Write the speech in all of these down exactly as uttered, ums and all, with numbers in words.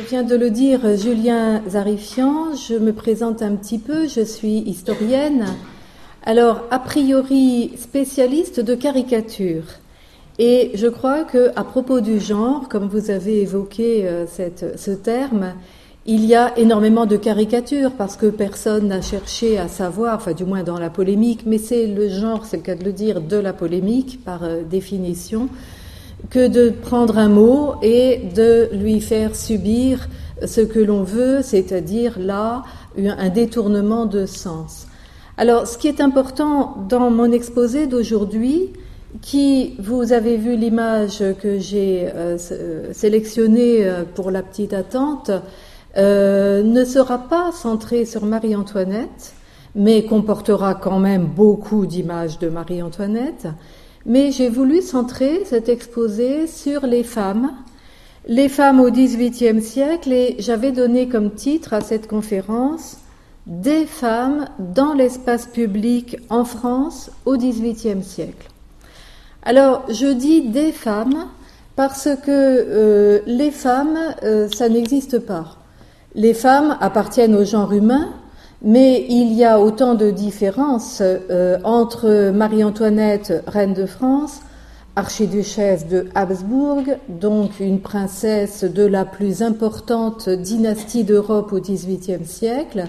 viens de le dire, Julien Zarifian, je me présente un petit peu, je suis historienne, alors a priori spécialiste de caricature. Et je crois qu'à propos du genre, comme vous avez évoqué euh, cette, ce terme, il y a énormément de caricatures parce que personne n'a cherché à savoir, enfin du moins dans la polémique, mais c'est le genre, c'est le cas de le dire, de la polémique par euh, définition, que de prendre un mot et de lui faire subir ce que l'on veut, c'est-à-dire là un détournement de sens. Alors, ce qui est important dans mon exposé d'aujourd'hui, qui, vous avez vu l'image que j'ai euh, sélectionnée pour la petite attente, euh, ne sera pas centré sur Marie-Antoinette, mais comportera quand même beaucoup d'images de Marie-Antoinette. Mais j'ai voulu centrer cet exposé sur les femmes, les femmes au dix-huitième siècle, et j'avais donné comme titre à cette conférence « Des femmes dans l'espace public en France au dix-huitième siècle ». Alors, je dis « des femmes » parce que euh, les femmes, euh, ça n'existe pas. Les femmes appartiennent au genre humain, mais il y a autant de différences euh, entre Marie-Antoinette, reine de France, archiduchesse de Habsbourg, donc une princesse de la plus importante dynastie d'Europe au dix-huitième siècle,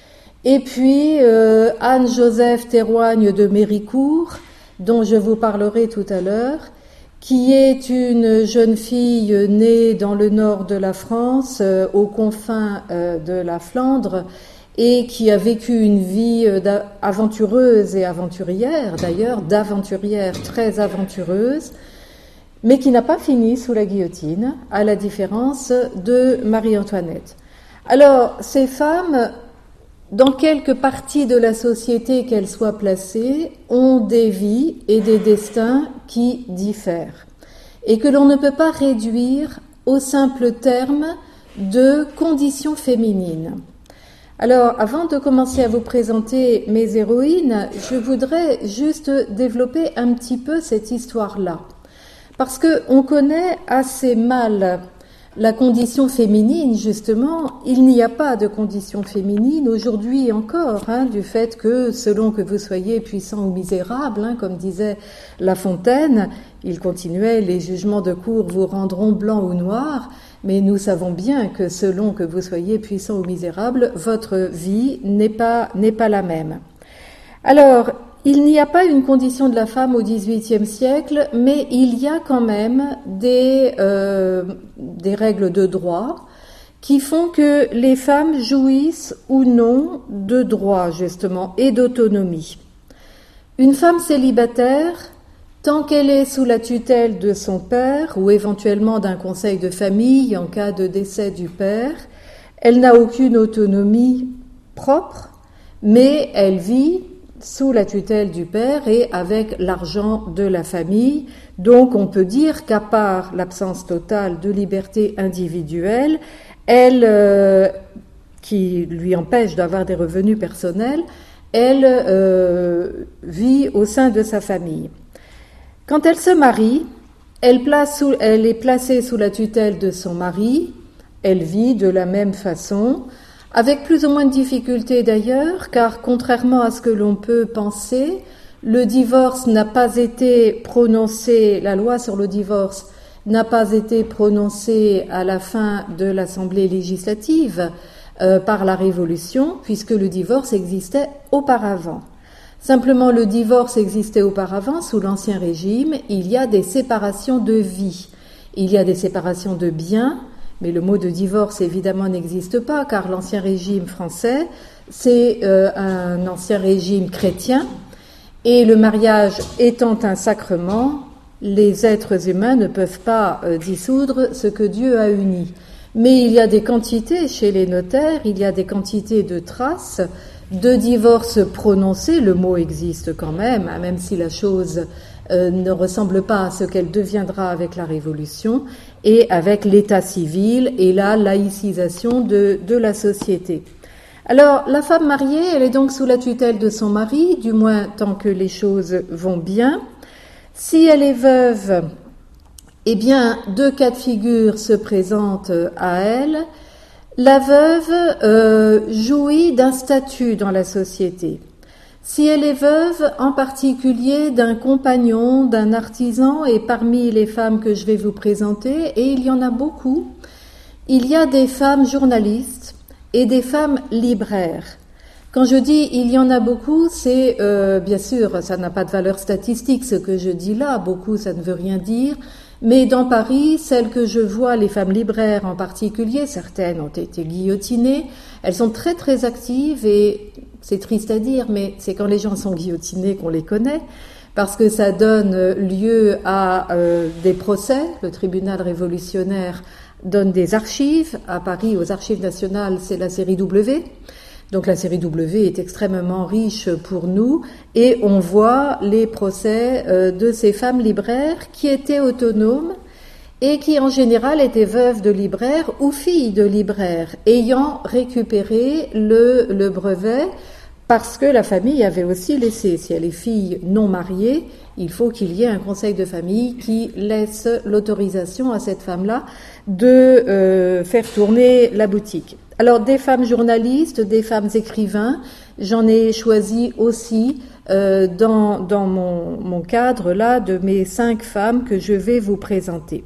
et puis euh, Anne-Joseph Théroigne de Méricourt, dont je vous parlerai tout à l'heure, qui est une jeune fille née dans le nord de la France, euh, aux confins euh, de la Flandre, et qui a vécu une vie aventureuse et aventurière, d'ailleurs, d'aventurière très aventureuse, mais qui n'a pas fini sous la guillotine, à la différence de Marie-Antoinette. Alors, ces femmes, dans quelque partie de la société qu'elles soient placées, ont des vies et des destins qui diffèrent, et que l'on ne peut pas réduire au simple terme de conditions féminines. Alors, avant de commencer à vous présenter mes héroïnes, je voudrais juste développer un petit peu cette histoire-là. Parce qu'on connaît assez mal la condition féminine, justement. Il n'y a pas de condition féminine aujourd'hui encore, hein, du fait que, selon que vous soyez puissant ou misérable, hein, comme disait La Fontaine, il continuait, les jugements de cour vous rendront blanc ou noir. Mais nous savons bien que selon que vous soyez puissant ou misérable, votre vie n'est pas, n'est pas la même. Alors, il n'y a pas une condition de la femme au dix-huitième siècle, mais il y a quand même des, euh, des règles de droit qui font que les femmes jouissent ou non de droits, justement, et d'autonomie. Une femme célibataire, tant qu'elle est sous la tutelle de son père ou éventuellement d'un conseil de famille en cas de décès du père, elle n'a aucune autonomie propre, mais elle vit sous la tutelle du père et avec l'argent de la famille. Donc on peut dire qu'à part l'absence totale de liberté individuelle, elle, euh, qui lui empêche d'avoir des revenus personnels, elle euh, vit au sein de sa famille. Quand elle se marie, elle, place sous, elle est placée sous la tutelle de son mari, elle vit de la même façon, avec plus ou moins de difficultés d'ailleurs, car contrairement à ce que l'on peut penser, le divorce n'a pas été prononcé, la loi sur le divorce n'a pas été prononcée à la fin de l'Assemblée législative euh, par la Révolution, puisque le divorce existait auparavant. Simplement, le divorce existait auparavant, sous l'Ancien Régime, il y a des séparations de vie, il y a des séparations de biens, mais le mot de divorce, évidemment, n'existe pas, car l'Ancien Régime français, c'est euh, un Ancien Régime chrétien, et le mariage étant un sacrement, les êtres humains ne peuvent pas euh, dissoudre ce que Dieu a uni. Mais il y a des quantités chez les notaires, il y a des quantités de traces de divorce prononcé, le mot existe quand même, hein, même si la chose euh, ne ressemble pas à ce qu'elle deviendra avec la Révolution et avec l'état civil et la laïcisation de, de la société. Alors, la femme mariée, elle est donc sous la tutelle de son mari, du moins tant que les choses vont bien. Si elle est veuve, eh bien, deux cas de figure se présentent à elle. La veuve euh, jouit d'un statut dans la société. Si elle est veuve, en particulier d'un compagnon, d'un artisan, et parmi les femmes que je vais vous présenter, et il y en a beaucoup, il y a des femmes journalistes et des femmes libraires. Quand je dis il y en a beaucoup, c'est euh, bien sûr, ça n'a pas de valeur statistique ce que je dis là, beaucoup ça ne veut rien dire, mais dans Paris, celles que je vois, les femmes libraires en particulier, certaines ont été guillotinées, elles sont très très actives et c'est triste à dire, mais c'est quand les gens sont guillotinés qu'on les connaît, parce que ça donne lieu à euh, des procès. Le tribunal révolutionnaire donne des archives. À Paris, aux archives nationales, c'est la série W. Donc la série W est extrêmement riche pour nous et on voit les procès euh, de ces femmes libraires qui étaient autonomes et qui en général étaient veuves de libraires ou filles de libraires ayant récupéré le, le brevet parce que la famille avait aussi laissé. Si elle est fille non mariée, il faut qu'il y ait un conseil de famille qui laisse l'autorisation à cette femme-là de euh, faire tourner la boutique. Alors des femmes journalistes, des femmes écrivains, j'en ai choisi aussi euh, dans, dans mon, mon cadre là de mes cinq femmes que je vais vous présenter.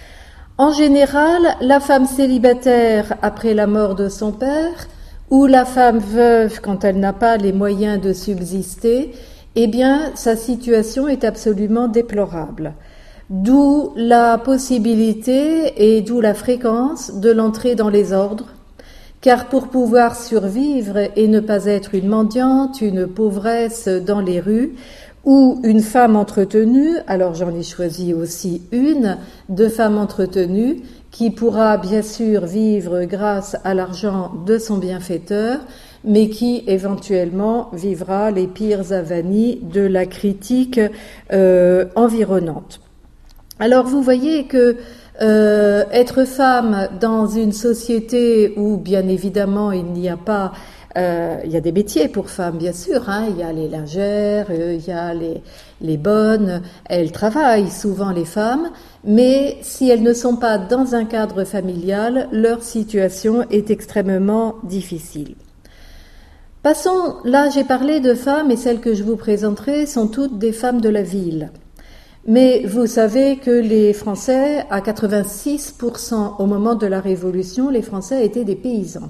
En général, la femme célibataire après la mort de son père ou la femme veuve quand elle n'a pas les moyens de subsister, eh bien sa situation est absolument déplorable. D'où la possibilité et d'où la fréquence de l'entrée dans les ordres. Car pour pouvoir survivre et ne pas être une mendiante, une pauvresse dans les rues, ou une femme entretenue, alors j'en ai choisi aussi une, de femmes entretenues, qui pourra bien sûr vivre grâce à l'argent de son bienfaiteur, mais qui éventuellement vivra les pires avanies de la critique euh, environnante. Alors vous voyez que Euh, être femme dans une société où, bien évidemment, il n'y a pas... Euh, il y a des métiers pour femmes, bien sûr. Hein, il y a les lingères, euh, il y a les, les bonnes. Elles travaillent souvent, les femmes. Mais si elles ne sont pas dans un cadre familial, leur situation est extrêmement difficile. Passons, là j'ai parlé de femmes et celles que je vous présenterai sont toutes des femmes de la ville. Mais vous savez que les Français, à quatre-vingt-six pour cent au moment de la Révolution, les Français étaient des paysans.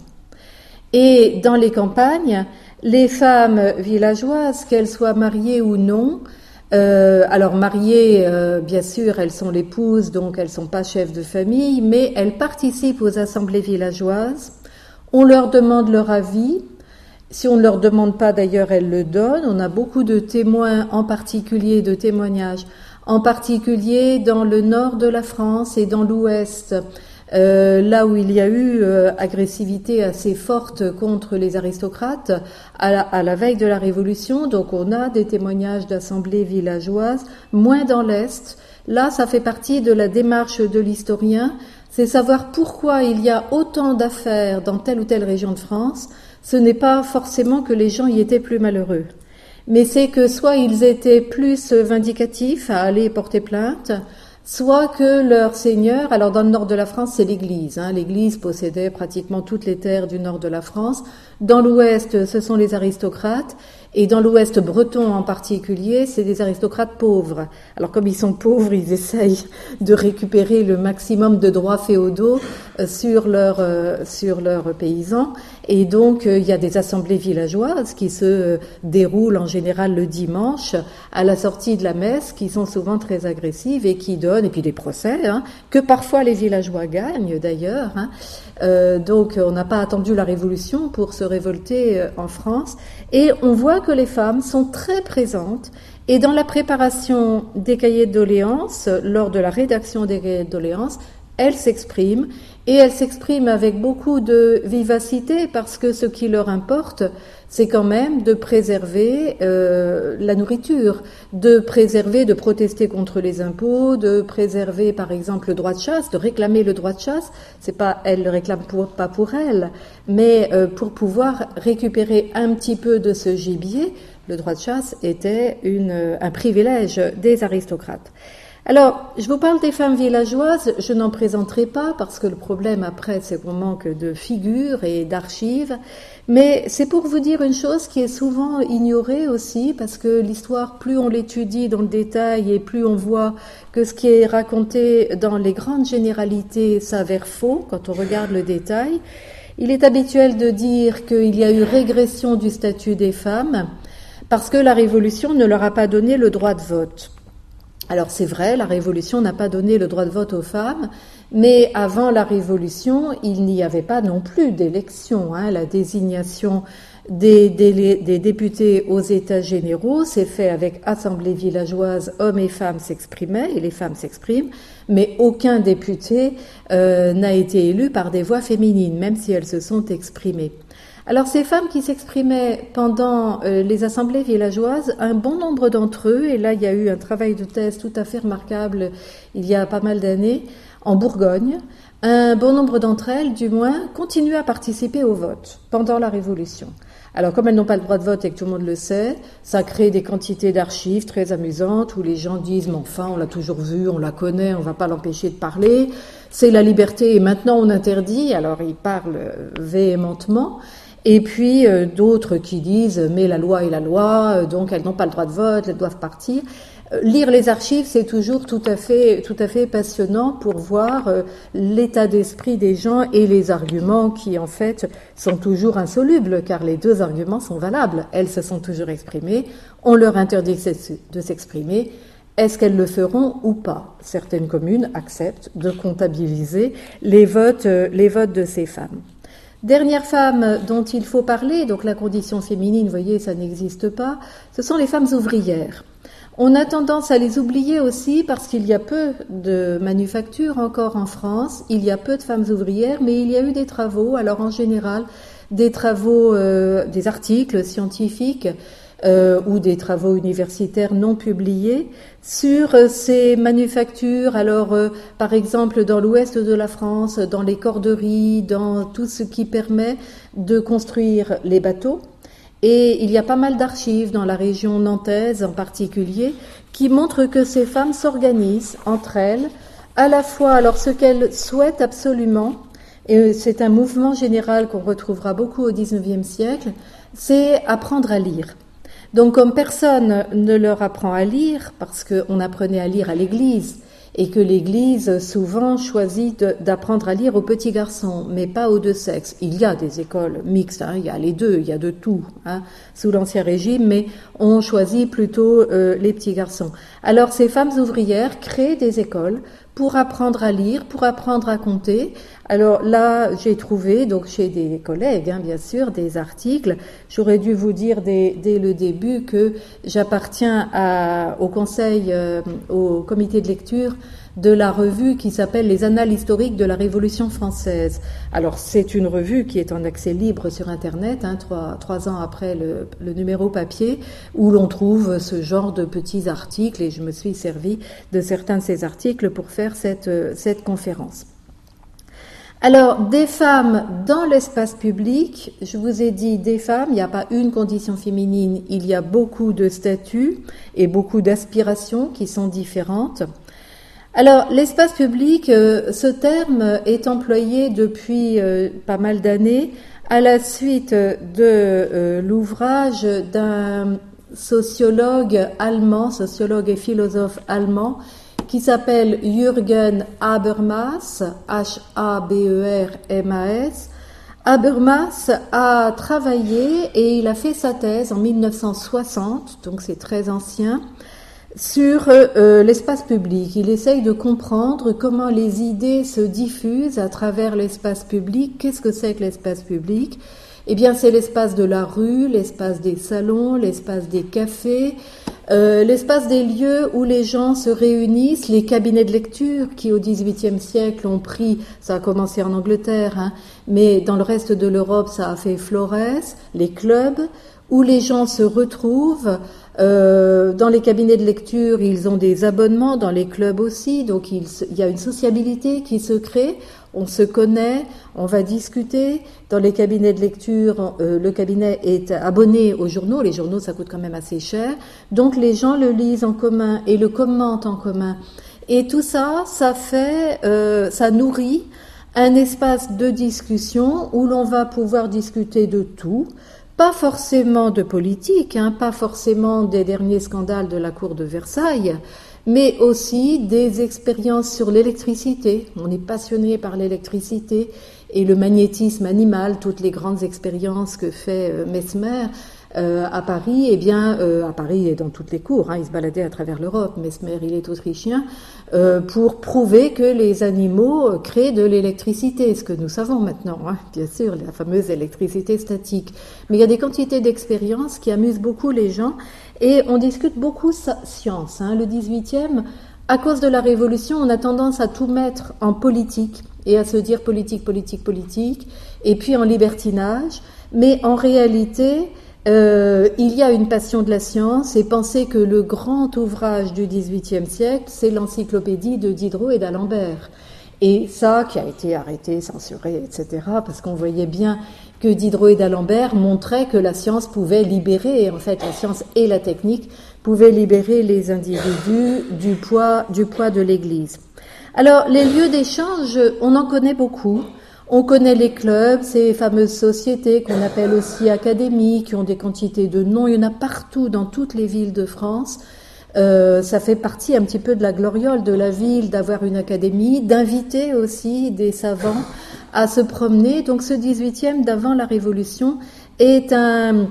Et dans les campagnes, les femmes villageoises, qu'elles soient mariées ou non, euh, alors mariées, euh, bien sûr, elles sont l'épouses, donc elles ne sont pas chefs de famille, mais elles participent aux assemblées villageoises. On leur demande leur avis. Si on ne leur demande pas, d'ailleurs, elles le donnent. On a beaucoup de témoins, en particulier de témoignages, en particulier dans le nord de la France et dans l'ouest, euh, là où il y a eu euh, agressivité assez forte contre les aristocrates à la, à la veille de la Révolution. Donc on a des témoignages d'assemblées villageoises, moins dans l'est. Là, ça fait partie de la démarche de l'historien, c'est savoir pourquoi il y a autant d'affaires dans telle ou telle région de France. Ce n'est pas forcément que les gens y étaient plus malheureux, mais c'est que soit ils étaient plus vindicatifs à aller porter plainte, soit que leur seigneur, alors dans le nord de la France c'est l'Église, hein, l'Église possédait pratiquement toutes les terres du nord de la France, dans l'ouest ce sont les aristocrates, et dans l'ouest breton en particulier, c'est des aristocrates pauvres. Alors comme ils sont pauvres, ils essayent de récupérer le maximum de droits féodaux sur leurs euh, sur leurs paysans. Et donc euh, il y a des assemblées villageoises qui se euh, déroulent en général le dimanche à la sortie de la messe, qui sont souvent très agressives et qui donnent, et puis des procès, hein, que parfois les villageois gagnent d'ailleurs. Hein. Euh, donc on n'a pas attendu la Révolution pour se révolter euh, en France. Et on voit que les femmes sont très présentes et dans la préparation des cahiers de doléances, lors de la rédaction des cahiers de doléances, elles s'expriment et elles s'expriment avec beaucoup de vivacité parce que ce qui leur importe, c'est quand même de préserver euh, la nourriture, de préserver, de protester contre les impôts, de préserver par exemple le droit de chasse, de réclamer le droit de chasse. C'est pas elles le réclament pour, pas pour elles, mais euh, pour pouvoir récupérer un petit peu de ce gibier. Le droit de chasse était une, un privilège des aristocrates. Alors, je vous parle des femmes villageoises, je n'en présenterai pas parce que le problème après c'est qu'on manque de figures et d'archives, mais c'est pour vous dire une chose qui est souvent ignorée aussi parce que l'histoire, plus on l'étudie dans le détail et plus on voit que ce qui est raconté dans les grandes généralités s'avère faux quand on regarde le détail. Il est habituel de dire qu'il y a eu régression du statut des femmes parce que la Révolution ne leur a pas donné le droit de vote. Alors c'est vrai, la Révolution n'a pas donné le droit de vote aux femmes, mais avant la Révolution, il n'y avait pas non plus d'élection. Hein. La désignation des, des, des députés aux États généraux s'est fait avec assemblée villageoise, hommes et femmes s'exprimaient, et les femmes s'expriment, mais aucun député euh, n'a été élu par des voix féminines, même si elles se sont exprimées. Alors ces femmes qui s'exprimaient pendant euh, les assemblées villageoises, un bon nombre d'entre eux, et là il y a eu un travail de thèse tout à fait remarquable il y a pas mal d'années, en Bourgogne, un bon nombre d'entre elles, du moins, continuent à participer au vote pendant la Révolution. Alors comme elles n'ont pas le droit de vote et que tout le monde le sait, ça crée des quantités d'archives très amusantes où les gens disent « mais enfin on l'a toujours vu, on la connaît, on ne va pas l'empêcher de parler, c'est la liberté et maintenant on interdit », alors ils parlent véhémentement. Et puis euh, d'autres qui disent « mais la loi est la loi, donc elles n'ont pas le droit de vote, elles doivent partir ». Lire les archives, c'est toujours tout à fait, tout à fait passionnant pour voir euh, l'état d'esprit des gens et les arguments qui, en fait, sont toujours insolubles, car les deux arguments sont valables. Elles se sont toujours exprimées, on leur interdit de s'exprimer. Est-ce qu'elles le feront ou pas ? Certaines communes acceptent de comptabiliser les votes, euh, les votes de ces femmes. Dernière femme dont il faut parler, donc la condition féminine, vous voyez, ça n'existe pas, ce sont les femmes ouvrières. On a tendance à les oublier aussi parce qu'il y a peu de manufactures encore en France, il y a peu de femmes ouvrières, mais il y a eu des travaux, alors en général des travaux, euh, des articles scientifiques euh, ou des travaux universitaires non publiés sur euh, ces manufactures, alors euh, par exemple dans l'ouest de la France, dans les corderies, dans tout ce qui permet de construire les bateaux. Et il y a pas mal d'archives dans la région nantaise en particulier qui montrent que ces femmes s'organisent entre elles, à la fois alors ce qu'elles souhaitent absolument, et c'est un mouvement général qu'on retrouvera beaucoup au dix-neuvième siècle, c'est apprendre à lire. Donc comme personne ne leur apprend à lire, parce qu'on apprenait à lire à l'église, et que l'Église souvent choisit de, d'apprendre à lire aux petits garçons, mais pas aux deux sexes. Il y a des écoles mixtes, hein, il y a les deux, il y a de tout, hein, sous l'Ancien Régime, mais on choisit plutôt euh, les petits garçons. Alors ces femmes ouvrières créent des écoles pour apprendre à lire, pour apprendre à compter. Alors là, j'ai trouvé, donc chez des collègues, hein, bien sûr, des articles. J'aurais dû vous dire dès, dès le début que j'appartiens à, au conseil, euh, au comité de lecture de la revue qui s'appelle Les Annales historiques de la Révolution française. Alors c'est une revue qui est en accès libre sur Internet, hein, trois, trois ans après le, le numéro papier, où l'on trouve ce genre de petits articles, et je me suis servi de certains de ces articles pour faire cette, cette conférence. Alors, des femmes dans l'espace public, je vous ai dit des femmes, il n'y a pas une condition féminine, il y a beaucoup de statuts et beaucoup d'aspirations qui sont différentes. Alors, l'espace public, euh, ce terme est employé depuis euh, pas mal d'années à la suite de euh, l'ouvrage d'un sociologue allemand, sociologue et philosophe allemand, qui s'appelle Jürgen Habermas, H A B E R M A S. Habermas a travaillé et il a fait sa thèse en mille neuf cent soixante, donc c'est très ancien, sur euh, l'espace public. Il essaye de comprendre comment les idées se diffusent à travers l'espace public. Qu'est-ce que c'est que l'espace public ? Eh bien, c'est l'espace de la rue, l'espace des salons, l'espace des cafés, euh, l'espace des lieux où les gens se réunissent, les cabinets de lecture qui, au dix-huitième siècle, ont pris, ça a commencé en Angleterre, hein, mais dans le reste de l'Europe, ça a fait Florès, les clubs, où les gens se retrouvent. Euh, dans les cabinets de lecture, ils ont des abonnements, dans les clubs aussi, donc il, il y a une sociabilité qui se crée, on se connaît, on va discuter. Dans les cabinets de lecture, euh, le cabinet est abonné aux journaux, les journaux ça coûte quand même assez cher, donc les gens le lisent en commun et le commentent en commun. Et tout ça, ça fait, euh, ça nourrit un espace de discussion où l'on va pouvoir discuter de tout, pas forcément de politique, hein, pas forcément des derniers scandales de la cour de Versailles, mais aussi des expériences sur l'électricité. On est passionné par l'électricité et le magnétisme animal, toutes les grandes expériences que fait euh, Mesmer. Euh, à Paris, eh bien, euh, à Paris et dans toutes les cours, hein, il se baladait à travers l'Europe, Mesmer, il est autrichien, euh, pour prouver que les animaux créent de l'électricité, ce que nous savons maintenant, hein, bien sûr, la fameuse électricité statique. Mais il y a des quantités d'expériences qui amusent beaucoup les gens, et on discute beaucoup science. Hein. Le dix-huitième, à cause de la Révolution, on a tendance à tout mettre en politique, et à se dire politique, politique, politique, et puis en libertinage, mais en réalité, Euh, il y a une passion de la science et penser que le grand ouvrage du dix-huitième siècle, c'est l'encyclopédie de Diderot et d'Alembert. Et ça, qui a été arrêté, censuré, et cetera, parce qu'on voyait bien que Diderot et d'Alembert montraient que la science pouvait libérer, et en fait la science et la technique pouvaient libérer les individus du poids, du poids de l'Église. Alors, les lieux d'échange, on en connaît beaucoup. On connaît les clubs, ces fameuses sociétés qu'on appelle aussi académies, qui ont des quantités de noms. Il y en a partout dans toutes les villes de France. Euh, ça fait partie un petit peu de la gloriole de la ville d'avoir une académie, d'inviter aussi des savants à se promener. Donc ce dix-huitième d'avant la Révolution est un,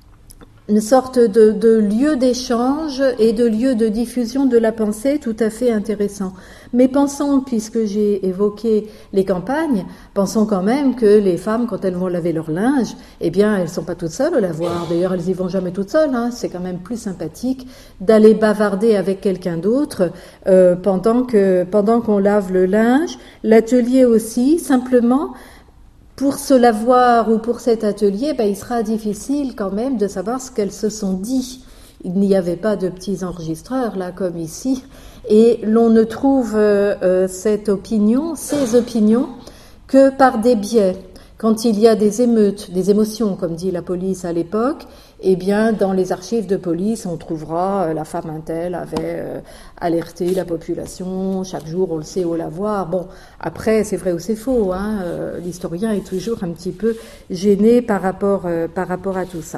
une sorte de, de lieu d'échange et de lieu de diffusion de la pensée tout à fait intéressant. Mais pensons, puisque j'ai évoqué les campagnes, pensons quand même que les femmes, quand elles vont laver leur linge, eh bien, elles sont pas toutes seules au lavoir. D'ailleurs, elles y vont jamais toutes seules. Hein. C'est quand même plus sympathique d'aller bavarder avec quelqu'un d'autre euh, pendant que pendant qu'on lave le linge. L'atelier aussi, simplement. Pour ce lavoir ou pour cet atelier, ben, il sera difficile quand même de savoir ce qu'elles se sont dit. Il n'y avait pas de petits enregistreurs là comme ici. Et l'on ne trouve euh, euh, cette opinion, ces opinions, que par des biais. Quand il y a des émeutes, des émotions, comme dit la police à l'époque, eh bien, dans les archives de police, on trouvera euh, la femme un tel avait euh, alerté la population, chaque jour, on le sait, au lavoir. Bon, après, c'est vrai ou c'est faux, hein, euh, l'historien est toujours un petit peu gêné par rapport, euh, par rapport à tout ça.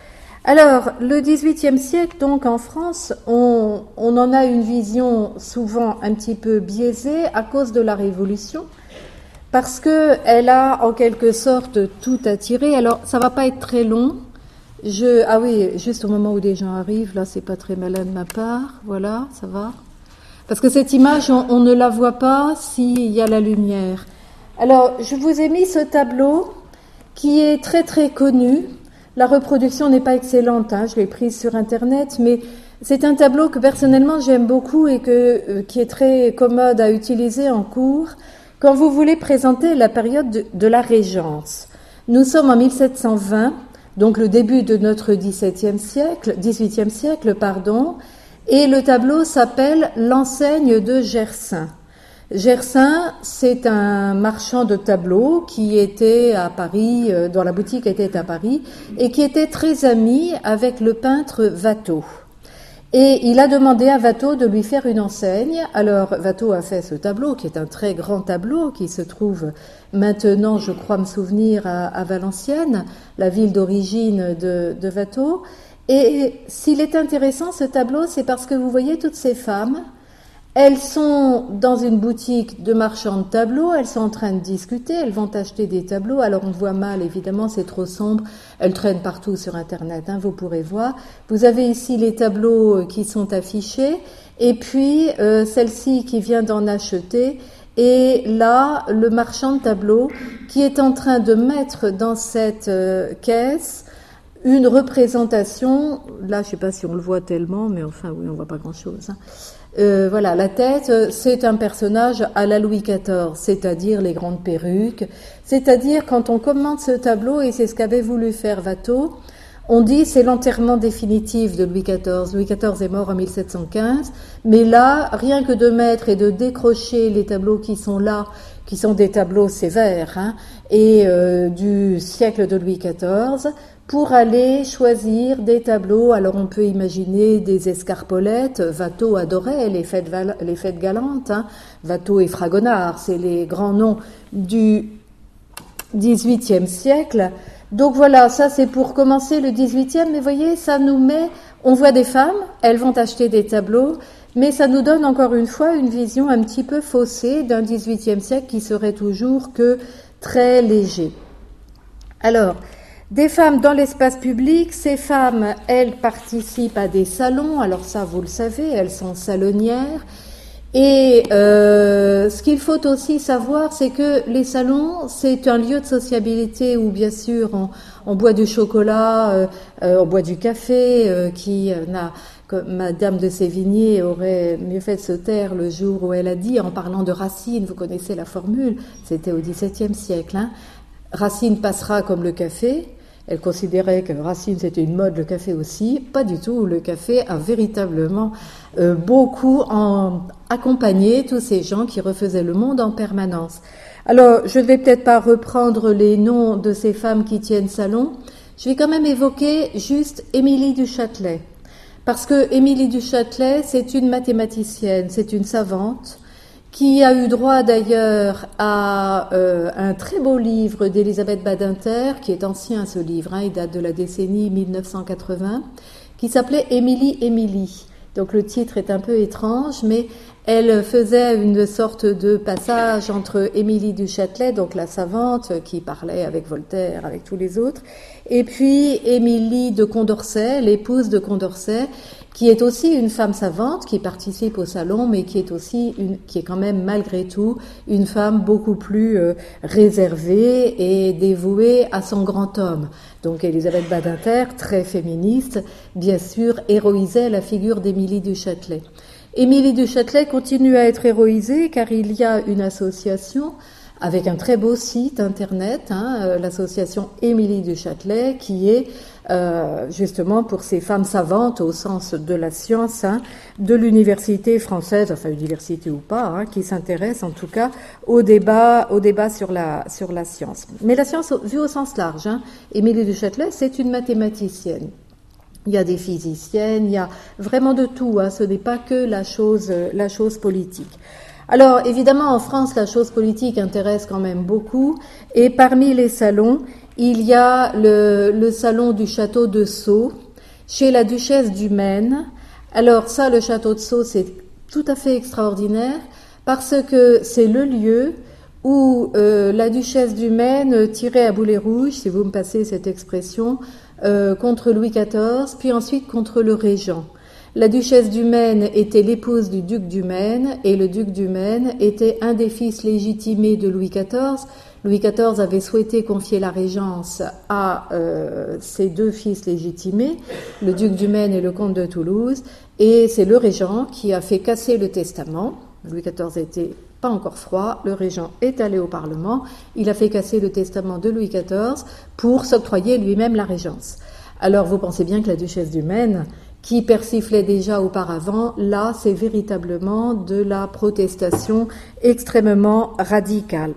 Alors, le dix-huitième siècle, donc en France, on, on en a une vision souvent un petit peu biaisée à cause de la Révolution, parce que elle a en quelque sorte tout attiré. Alors, ça va pas être très long. Je, ah oui, juste au moment où des gens arrivent, là, c'est pas très malin de ma part. Voilà, ça va. Parce que cette image, on, on ne la voit pas s'il y a la lumière. Alors, je vous ai mis ce tableau qui est très très connu. La reproduction n'est pas excellente, hein, je l'ai prise sur Internet, mais c'est un tableau que personnellement j'aime beaucoup et que, euh, qui est très commode à utiliser en cours quand vous voulez présenter la période de, de la Régence. Nous sommes en mille sept cent vingt, donc le début de notre dix-septième siècle, dix-huitième siècle, pardon, et le tableau s'appelle l'enseigne de Gersaint. Gersaint, c'est un marchand de tableaux qui était à Paris, dont la boutique était à Paris, et qui était très ami avec le peintre Watteau. Et il a demandé à Watteau de lui faire une enseigne. Alors Watteau a fait ce tableau, qui est un très grand tableau, qui se trouve maintenant, je crois me souvenir, à, à Valenciennes, la ville d'origine de, de Watteau. Et s'il est intéressant, ce tableau, c'est parce que vous voyez toutes ces femmes. Elles sont dans une boutique de marchands de tableaux, elles sont en train de discuter, elles vont acheter des tableaux. Alors on voit mal, évidemment, c'est trop sombre, elles traînent partout sur Internet, hein, vous pourrez voir. Vous avez ici les tableaux qui sont affichés, et puis euh, celle-ci qui vient d'en acheter, et là, le marchand de tableaux qui est en train de mettre dans cette euh, caisse une représentation, là je ne sais pas si on le voit tellement, mais enfin oui, on ne voit pas grand-chose, hein. Euh, voilà, la tête, c'est un personnage à la Louis quatorze, c'est-à-dire les grandes perruques, c'est-à-dire quand on commente ce tableau, et c'est ce qu'avait voulu faire Watteau, On dit c'est l'enterrement définitif de Louis quatorze. Louis quatorze est mort en mille sept cent quinze, mais là, rien que de mettre et de décrocher les tableaux qui sont là, qui sont des tableaux sévères, hein, et euh, du siècle de Louis quatorze, pour aller choisir des tableaux. Alors on peut imaginer des escarpolettes. Watteau adorait les fêtes, val- les fêtes galantes. Hein. Watteau et Fragonard, c'est les grands noms du dix-huitième siècle. Donc voilà, ça c'est pour commencer le dix-huitième, mais voyez, ça nous met, on voit des femmes, elles vont acheter des tableaux, mais ça nous donne encore une fois une vision un petit peu faussée d'un dix-huitième siècle qui serait toujours que très léger. Alors, des femmes dans l'espace public, ces femmes, elles participent à des salons, alors ça vous le savez, elles sont salonnières. Et euh, ce qu'il faut aussi savoir, c'est que les salons, c'est un lieu de sociabilité où bien sûr on, on boit du chocolat, euh, euh, on boit du café, euh, qui euh, n'a, comme Madame de Sévigné aurait mieux fait de se taire le jour où elle a dit, en parlant de Racine, vous connaissez la formule, c'était au dix-septième siècle, hein, Racine passera comme le café. Elle considérait que Racine c'était une mode, le café aussi. Pas du tout. Le café a véritablement euh, beaucoup en accompagné tous ces gens qui refaisaient le monde en permanence. Alors, je ne vais peut-être pas reprendre les noms de ces femmes qui tiennent salon. Je vais quand même évoquer juste Émilie du Châtelet. Parce que Émilie du Châtelet, c'est une mathématicienne, c'est une savante, qui a eu droit d'ailleurs à euh, un très beau livre d'Elisabeth Badinter, qui est ancien ce livre, hein, il date de la décennie mille neuf cent quatre-vingts, qui s'appelait Émilie, Émilie. Donc le titre est un peu étrange, mais elle faisait une sorte de passage entre Émilie du Châtelet, donc la savante qui parlait avec Voltaire, avec tous les autres, et puis Émilie de Condorcet, l'épouse de Condorcet, qui est aussi une femme savante, qui participe au salon, mais qui est aussi, une, qui est quand même malgré tout, une femme beaucoup plus euh, réservée et dévouée à son grand homme. Donc Elisabeth Badinter, très féministe, bien sûr, héroïsait la figure d'Émilie du Châtelet. Émilie du Châtelet continue à être héroïsée car il y a une association avec un très beau site internet, hein, l'association Émilie du Châtelet, qui est euh, justement pour ces femmes savantes au sens de la science, hein, de l'université française, enfin université ou pas, hein, qui s'intéresse en tout cas au débat, au débat sur la sur la science. Mais la science vue au sens large, hein, Émilie du Châtelet, c'est une mathématicienne. Il y a des physiciennes, il y a vraiment de tout, hein, ce n'est pas que la chose la chose politique. Alors, évidemment, en France, la chose politique intéresse quand même beaucoup. Et parmi les salons, il y a le, le salon du château de Sceaux, chez la duchesse du Maine. Alors ça, le château de Sceaux, c'est tout à fait extraordinaire parce que c'est le lieu où euh, la duchesse du Maine tirait à boulet rouge, si vous me passez cette expression, euh, contre Louis quatorze, puis ensuite contre le régent. La duchesse du Maine était l'épouse du duc du Maine et le duc du Maine était un des fils légitimés de Louis quatorze. Louis quatorze avait souhaité confier la régence à euh, ses deux fils légitimés, le duc du Maine et le comte de Toulouse, et c'est le régent qui a fait casser le testament. Louis quatorze était pas encore froid, le régent est allé au Parlement, il a fait casser le testament de Louis quatorze pour s'octroyer lui-même la régence. Alors vous pensez bien que la duchesse du Maine, qui persiflait déjà auparavant, là, c'est véritablement de la protestation extrêmement radicale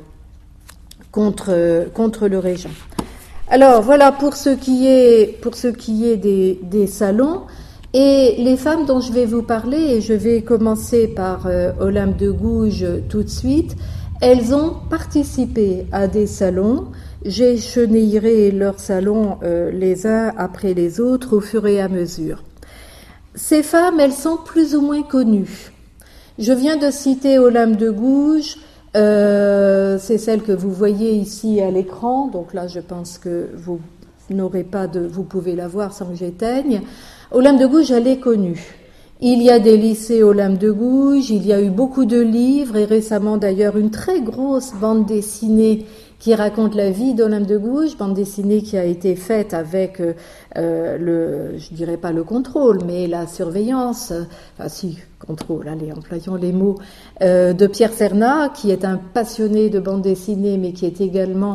contre, contre le régent. Alors, voilà pour ce qui est, pour ce qui est des, des salons. Et les femmes dont je vais vous parler, et je vais commencer par euh, Olympe de Gouges tout de suite, elles ont participé à des salons. J'échenillerai leurs salons euh, les uns après les autres au fur et à mesure. Ces femmes, elles sont plus ou moins connues. Je viens de citer Olympe de Gouges, euh, c'est celle que vous voyez ici à l'écran, donc là je pense que vous n'aurez pas de, vous pouvez la voir sans que j'éteigne. Olympe de Gouges, elle est connue. Il y a des lycées Olympe de Gouges, il y a eu beaucoup de livres et récemment d'ailleurs une très grosse bande dessinée qui raconte la vie d'Olympe de Gouges, bande dessinée qui a été faite avec euh, le, je dirais pas le contrôle, mais la surveillance, enfin si, contrôle, allez, employons les mots, euh, de Pierre Cernat, qui est un passionné de bande dessinée, mais qui est également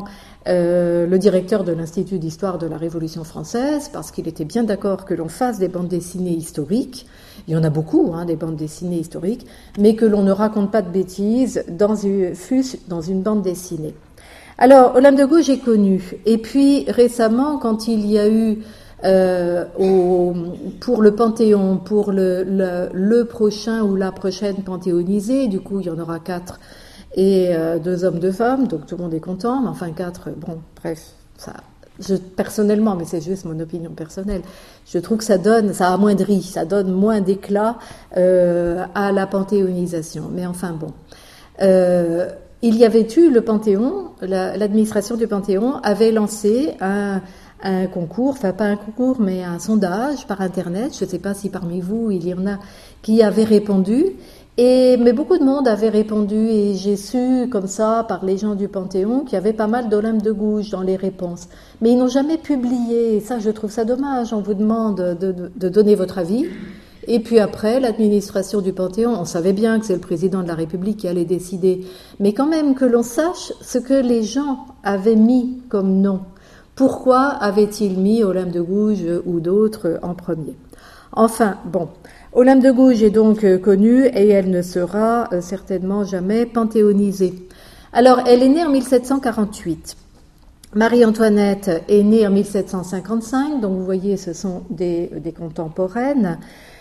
euh, le directeur de l'Institut d'histoire de la Révolution française, parce qu'il était bien d'accord que l'on fasse des bandes dessinées historiques. Il y en a beaucoup, hein, des bandes dessinées historiques, mais que l'on ne raconte pas de bêtises dans une, fût-ce dans une bande dessinée. Alors, Olympe de Gouges est connu. Et puis, récemment, quand il y a eu, euh, au, pour le Panthéon, pour le, le, le prochain ou la prochaine panthéonisée, du coup, il y en aura quatre, et euh, deux hommes, deux femmes, donc tout le monde est content, mais enfin quatre, bon, bref, ça... Je, personnellement, mais c'est juste mon opinion personnelle, je trouve que ça donne, ça amoindrit, ça donne moins d'éclat euh, à la panthéonisation. Mais enfin bon, euh, il y avait eu le Panthéon, la, l'administration du Panthéon avait lancé un, un concours, enfin pas un concours, mais un sondage par Internet. Je ne sais pas si parmi vous il y en a qui avaient répondu. Et, mais beaucoup de monde avait répondu et j'ai su comme ça par les gens du Panthéon qu'il y avait pas mal d'Olympe de Gouges dans les réponses. Mais ils n'ont jamais publié, et ça je trouve ça dommage, on vous demande de, de, de donner votre avis. Et puis après, l'administration du Panthéon, on savait bien que c'est le président de la République qui allait décider, mais quand même que l'on sache ce que les gens avaient mis comme nom. Pourquoi avaient-ils mis Olympe de Gouges ou d'autres en premier ? Enfin, bon... Olympe de Gouges est donc euh, connue et elle ne sera euh, certainement jamais panthéonisée. Alors, elle est née en mille sept cent quarante-huit. Marie-Antoinette est née en mille sept cent cinquante-cinq, donc vous voyez, ce sont des, des contemporaines.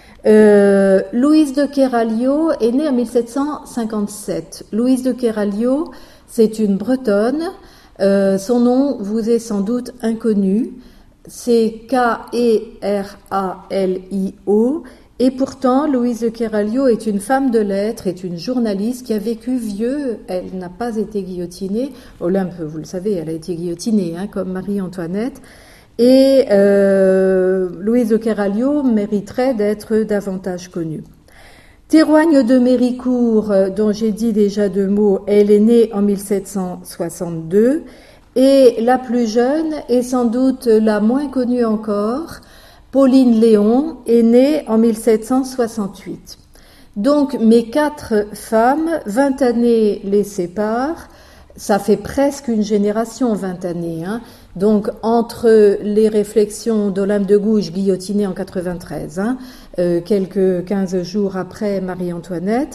Euh, Louise de Kéralio est née en mille sept cent cinquante-sept. Louise de Kéralio, c'est une Bretonne. Euh, son nom vous est sans doute inconnu. C'est K E R A L I O. Et pourtant, Louise de Kéralio est une femme de lettres, est une journaliste qui a vécu vieux. Elle n'a pas été guillotinée. Olympe, vous le savez, elle a été guillotinée, hein, comme Marie-Antoinette. Et euh, Louise de Kéralio mériterait d'être davantage connue. Théroigne de Méricourt, dont j'ai dit déjà deux mots, elle est née en mille sept cent soixante-deux. Et la plus jeune, et sans doute la moins connue encore, Pauline Léon est née en mille sept cent soixante-huit. Donc mes quatre femmes, vingt années les séparent, ça fait presque une génération, vingt années. Hein. Donc entre les réflexions d'Olympe de Gouges guillotinée en quatre-vingt-treize, hein, euh, quelques quinze jours après Marie-Antoinette,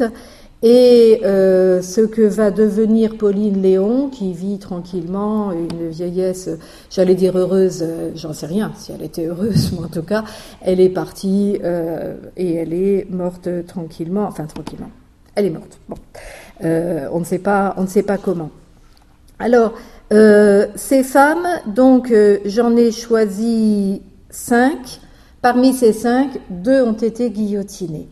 et euh, ce que va devenir Pauline Léon, qui vit tranquillement une vieillesse, j'allais dire heureuse, euh, j'en sais rien si elle était heureuse, mais en tout cas, elle est partie euh, et elle est morte tranquillement, enfin tranquillement, elle est morte. Bon, euh, on ne sait pas, on ne sait pas comment. Alors, euh, ces femmes, donc euh, j'en ai choisi cinq. Parmi ces cinq, deux ont été guillotinées.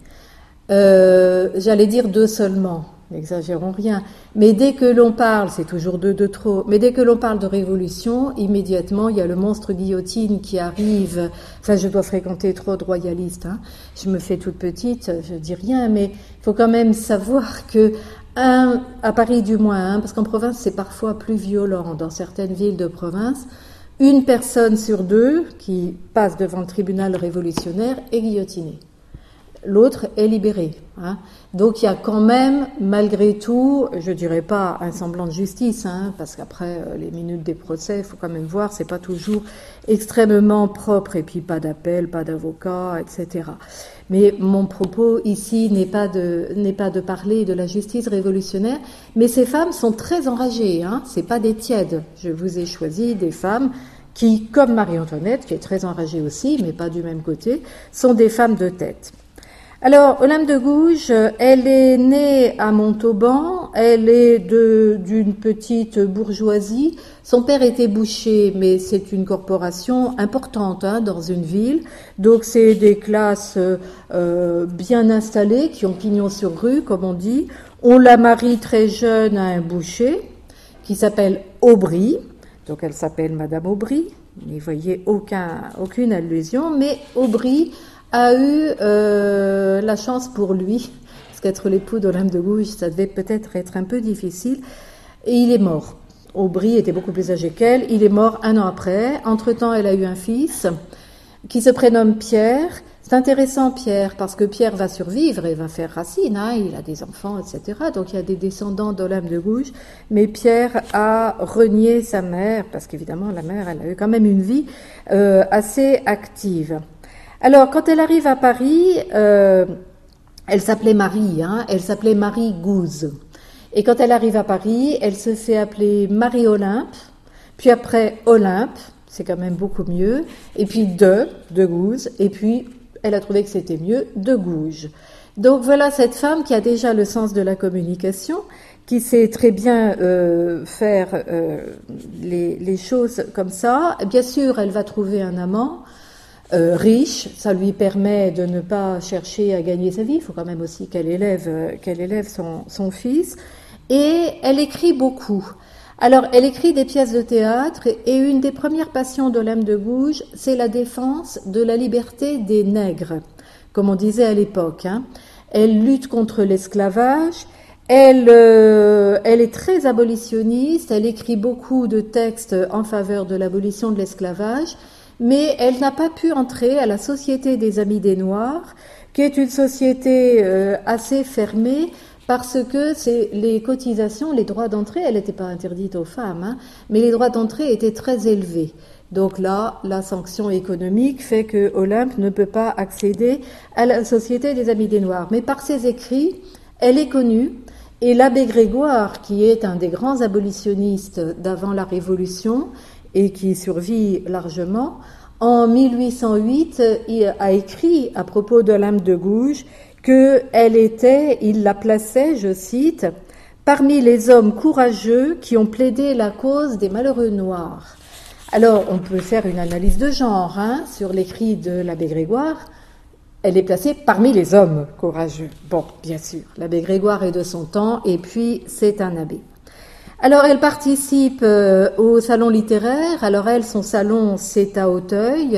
Euh, j'allais dire deux seulement, n'exagérons rien, mais dès que l'on parle, c'est toujours deux de trop, mais dès que l'on parle de révolution, immédiatement il y a le monstre guillotine qui arrive. Enfin, je dois fréquenter trop de royalistes, hein. Je me fais toute petite, je dis rien, mais il faut quand même savoir que un, à Paris du moins, hein, parce qu'en province c'est parfois plus violent dans certaines villes de province, une personne sur deux qui passe devant le tribunal révolutionnaire est guillotinée. L'autre est libéré. Hein. Donc il y a quand même, malgré tout, je dirais pas un semblant de justice, hein, parce qu'après euh, les minutes des procès, il faut quand même voir, c'est pas toujours extrêmement propre, et puis pas d'appel, pas d'avocat, et cetera. Mais mon propos ici n'est pas de n'est pas de parler de la justice révolutionnaire, mais ces femmes sont très enragées. Hein. C'est pas des tièdes. Je vous ai choisi des femmes qui, comme Marie-Antoinette, qui est très enragée aussi, mais pas du même côté, sont des femmes de tête. Alors, Olympe de Gouges, elle est née à Montauban, elle est de, d'une petite bourgeoisie. Son père était boucher, mais c'est une corporation importante hein, dans une ville. Donc, c'est des classes euh, bien installées, qui ont pignon sur rue, comme on dit. On la marie très jeune à un boucher, qui s'appelle Aubry. Donc, elle s'appelle Madame Aubry. N'y voyez aucun, aucune allusion, mais Aubry a eu euh, la chance pour lui, parce qu'être l'époux d'Olympe de Gouges, ça devait peut-être être un peu difficile, et il est mort. Aubry était beaucoup plus âgé qu'elle, il est mort un an après. Entre-temps, elle a eu un fils qui se prénomme Pierre. C'est intéressant, Pierre, parce que Pierre va survivre et va faire racine, hein, il a des enfants, et cetera. Donc il y a des descendants d'Olympe de Gouges, mais Pierre a renié sa mère, parce qu'évidemment la mère, elle a eu quand même une vie euh, assez active. Alors quand elle arrive à Paris, euh, elle s'appelait Marie, hein, elle s'appelait Marie Gouze. Et quand elle arrive à Paris, elle se fait appeler Marie Olympe, puis après Olympe, c'est quand même beaucoup mieux, et puis de, de Gouze, et puis elle a trouvé que c'était mieux, de Gouges. Donc voilà cette femme qui a déjà le sens de la communication, qui sait très bien euh, faire euh, les, les choses comme ça. Bien sûr, elle va trouver un amant euh, riche, ça lui permet de ne pas chercher à gagner sa vie, il faut quand même aussi qu'elle élève, euh, qu'elle élève son, son fils, et elle écrit beaucoup. Alors, elle écrit des pièces de théâtre et une des premières passions d'Olympe de Gouges, c'est la défense de la liberté des nègres, comme on disait à l'époque. Hein. Elle lutte contre l'esclavage, elle, euh, elle est très abolitionniste, elle écrit beaucoup de textes en faveur de l'abolition de l'esclavage, mais elle n'a pas pu entrer à la Société des Amis des Noirs, qui est une société euh, assez fermée, parce que c'est les cotisations, les droits d'entrée, elle n'était pas interdite aux femmes, hein, mais les droits d'entrée étaient très élevés. Donc là, la sanction économique fait que Olympe ne peut pas accéder à la Société des Amis des Noirs. Mais par ses écrits, elle est connue, et l'abbé Grégoire, qui est un des grands abolitionnistes d'avant la Révolution et qui survit largement, en mille huit cent huit, il a écrit à propos d'Olympe de Gouges qu'elle était, il la plaçait, je cite, « parmi les hommes courageux qui ont plaidé la cause des malheureux noirs ». Alors, on peut faire une analyse de genre hein, sur l'écrit de l'abbé Grégoire. Elle est placée parmi les hommes courageux. Bon, bien sûr, l'abbé Grégoire est de son temps et puis c'est un abbé. Alors, elle participe euh, au salon littéraire. Alors, elle, son salon, c'est à Auteuil.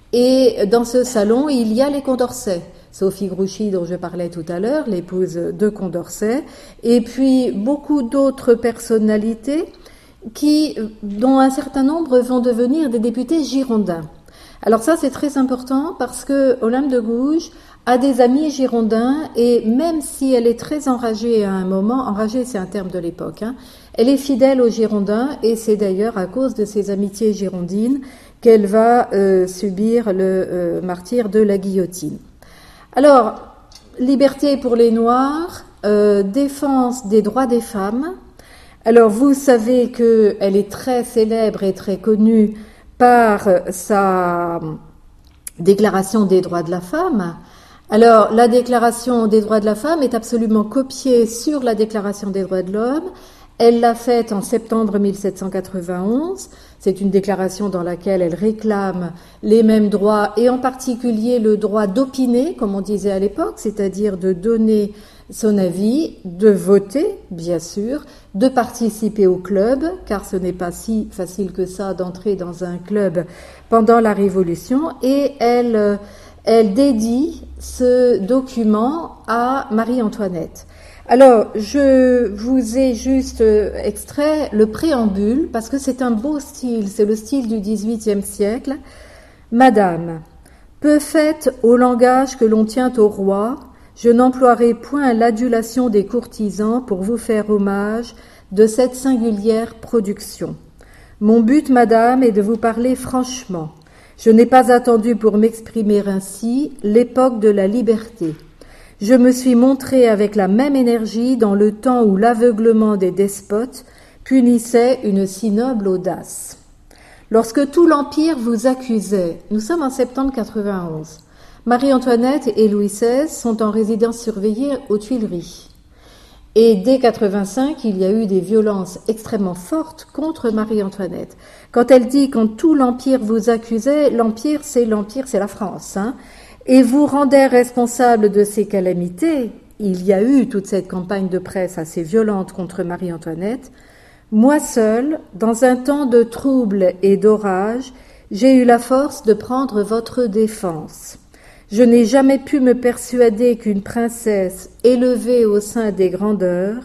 Et dans ce salon, il y a les Condorcet. Sophie Grouchy, dont je parlais tout à l'heure, l'épouse de Condorcet, et puis beaucoup d'autres personnalités qui, dont un certain nombre vont devenir des députés girondins. Alors ça, c'est très important parce que Olympe de Gouges a des amis girondins et même si elle est très enragée à un moment, enragée c'est un terme de l'époque, hein, elle est fidèle aux Girondins et c'est d'ailleurs à cause de ses amitiés girondines qu'elle va euh, subir le euh, martyre de la guillotine. Alors, liberté pour les Noirs, euh, défense des droits des femmes. Alors, vous savez qu'elle est très célèbre et très connue par sa déclaration des droits de la femme. Alors, la déclaration des droits de la femme est absolument copiée sur la déclaration des droits de l'homme. Elle l'a faite en septembre mille sept cent quatre-vingt-onze. C'est une déclaration dans laquelle elle réclame les mêmes droits et en particulier le droit d'opiner, comme on disait à l'époque, c'est-à-dire de donner son avis, de voter, bien sûr, de participer au club, car ce n'est pas si facile que ça d'entrer dans un club pendant la Révolution. Et elle, elle dédie ce document à Marie-Antoinette. Alors, je vous ai juste extrait le préambule, parce que c'est un beau style, c'est le style du dix-huitième siècle. Madame, peu faite au langage que l'on tient au roi, je n'emploierai point l'adulation des courtisans pour vous faire hommage de cette singulière production. Mon but, madame, est de vous parler franchement. Je n'ai pas attendu pour m'exprimer ainsi l'époque de la liberté. Je me suis montré avec la même énergie dans le temps où l'aveuglement des despotes punissait une si noble audace. Lorsque tout l'Empire vous accusait, nous sommes en septembre quatre-vingt-onze, Marie-Antoinette et Louis seize sont en résidence surveillée aux Tuileries. Et dès quatre-vingt-cinq, il y a eu des violences extrêmement fortes contre Marie-Antoinette. Quand elle dit « quand tout l'Empire vous accusait », l'Empire, c'est l'Empire, c'est la France, hein, et vous rendez responsable de ces calamités, il y a eu toute cette campagne de presse assez violente contre Marie-Antoinette, moi seule, dans un temps de trouble et d'orage, j'ai eu la force de prendre votre défense. Je n'ai jamais pu me persuader qu'une princesse élevée au sein des grandeurs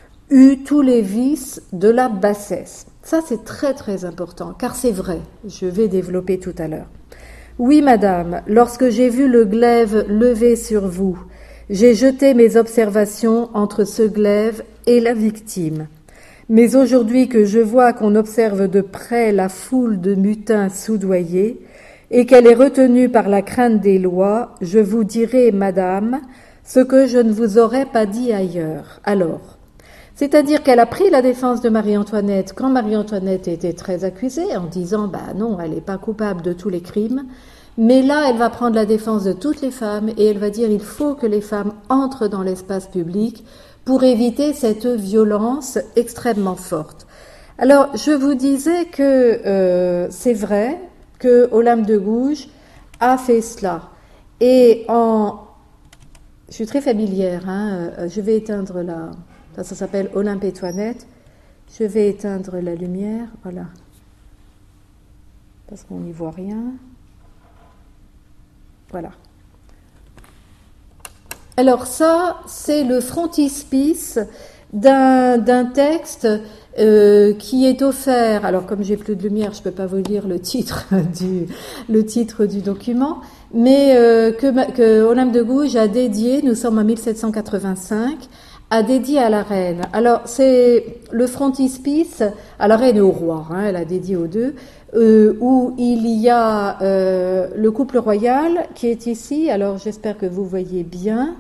eût tous les vices de la bassesse. Ça, c'est très très important, car c'est vrai, je vais développer tout à l'heure. Oui, madame, lorsque j'ai vu le glaive levé sur vous, j'ai jeté mes observations entre ce glaive et la victime. Mais aujourd'hui que je vois qu'on observe de près la foule de mutins soudoyés et qu'elle est retenue par la crainte des lois, je vous dirai, madame, ce que je ne vous aurais pas dit ailleurs. Alors, c'est-à-dire qu'elle a pris la défense de Marie-Antoinette quand Marie-Antoinette était très accusée en disant « bah non, elle n'est pas coupable de tous les crimes ». Mais là, elle va prendre la défense de toutes les femmes et elle va dire « il faut que les femmes entrent dans l'espace public » pour éviter cette violence extrêmement forte. Alors, je vous disais que euh, c'est vrai que Olympe de Gouges a fait cela. Et en... Je suis très familière, hein, je vais éteindre la... Ça, ça s'appelle Olympe et Toinette. Je vais éteindre la lumière, voilà. Parce qu'on n'y voit rien. Voilà. Alors ça, c'est le frontispice d'un, d'un texte euh, qui est offert. Alors comme j'ai plus de lumière, je peux pas vous lire le titre du le titre du document, mais euh, que, que Olympe de Gouges a dédié. Nous sommes en mille sept cent quatre-vingt-cinq. A dédié à la reine. Alors c'est le frontispice à la reine et au roi. Hein, elle a dédié aux deux. Euh, où il y a euh, le couple royal qui est ici. Alors j'espère que vous voyez bien.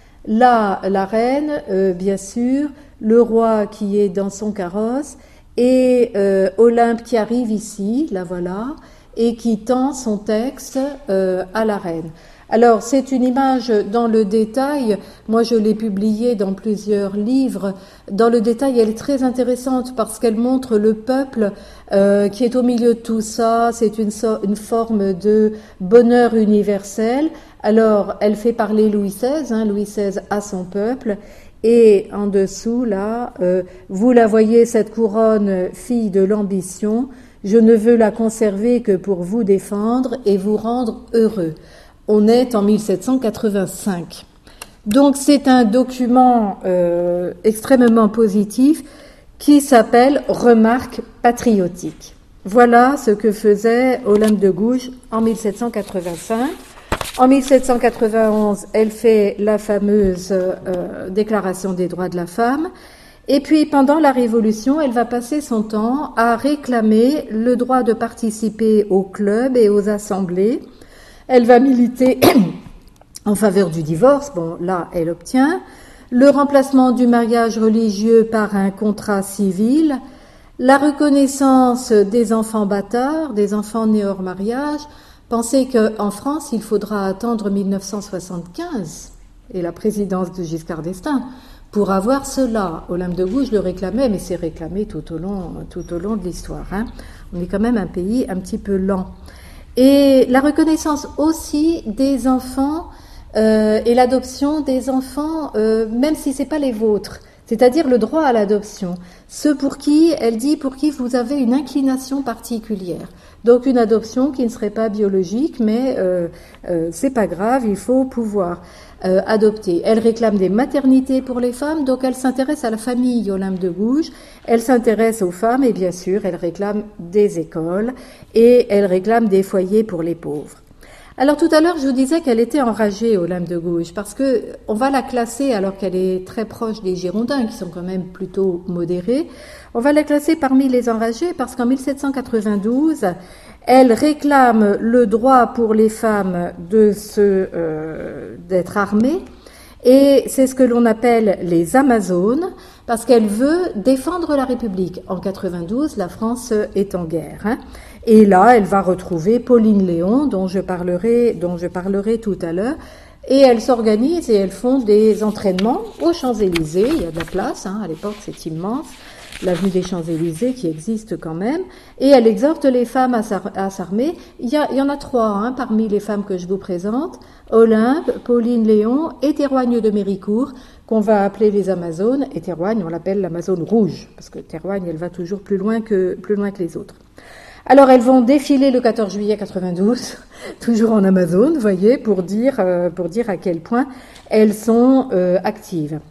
Là, la reine, euh, bien sûr, le roi qui est dans son carrosse, et euh, Olympe qui arrive ici, la voilà, et qui tend son texte euh, à la reine. Alors, c'est une image dans le détail. Moi, je l'ai publiée dans plusieurs livres. Dans le détail, elle est très intéressante parce qu'elle montre le peuple euh, qui est au milieu de tout ça. C'est une, so- une forme de bonheur universel. Alors, elle fait parler Louis seize, hein, Louis seize à son peuple. Et en dessous, là, euh, vous la voyez, cette couronne, fille de l'ambition. Je ne veux la conserver que pour vous défendre et vous rendre heureux. On est en mille sept cent quatre-vingt-cinq. Donc c'est un document euh, extrêmement positif qui s'appelle « Remarques patriotiques ». Voilà ce que faisait Olympe de Gouges en mille sept cent quatre-vingt-cinq. En mille sept cent quatre-vingt-onze, elle fait la fameuse euh, Déclaration des droits de la femme. Et puis pendant la Révolution, elle va passer son temps à réclamer le droit de participer aux clubs et aux assemblées. Elle va militer en faveur du divorce, bon là elle obtient, le remplacement du mariage religieux par un contrat civil, la reconnaissance des enfants bâtards, des enfants nés hors mariage. Pensez qu'en France il faudra attendre mille neuf cent soixante-quinze et la présidence de Giscard d'Estaing pour avoir cela. Olympe de Gouges le réclamait, mais c'est réclamé tout au long, tout au long de l'histoire. Hein. On est quand même un pays un petit peu lent. Et la reconnaissance aussi des enfants euh, et l'adoption des enfants, euh, même si c'est pas les vôtres, c'est-à-dire le droit à l'adoption. Ceux pour qui, elle dit, pour qui vous avez une inclination particulière. Donc une adoption qui ne serait pas biologique, mais euh, euh, c'est pas grave, il faut pouvoir euh, adopter. Elle réclame des maternités pour les femmes, donc elle s'intéresse à la famille, Olympe de Gouges. Elle s'intéresse aux femmes et bien sûr, elle réclame des écoles et elle réclame des foyers pour les pauvres. Alors tout à l'heure, je vous disais qu'elle était enragée, Olympe de Gouges, parce que on va la classer, alors qu'elle est très proche des Girondins, qui sont quand même plutôt modérés, on va la classer parmi les enragés, parce qu'en mille sept cent quatre-vingt-douze, elle réclame le droit pour les femmes de se, euh, d'être armées, et c'est ce que l'on appelle les Amazones, parce qu'elle veut défendre la République. En quatre-vingt-douze, la France est en guerre, hein. Et là, elle va retrouver Pauline Léon, dont je parlerai, dont je parlerai tout à l'heure. Et elles s'organisent et elles font des entraînements aux Champs-Élysées. Il y a de la place, hein, à l'époque c'est immense, l'avenue des Champs-Élysées qui existe quand même. Et elle exhorte les femmes à, s'ar- à s'armer. Il y, a, il y en a trois hein, parmi les femmes que je vous présente. Olympe, Pauline Léon et Théroigne de Méricourt, qu'on va appeler les Amazones. Et Théroigne, on l'appelle l'Amazone rouge, parce que Théroigne, elle va toujours plus loin que, plus loin que les autres. Alors elles vont défiler le quatorze juillet quatre-vingt-douze, toujours en Amazone, vous voyez, pour dire, euh, pour dire à quel point elles sont euh, actives.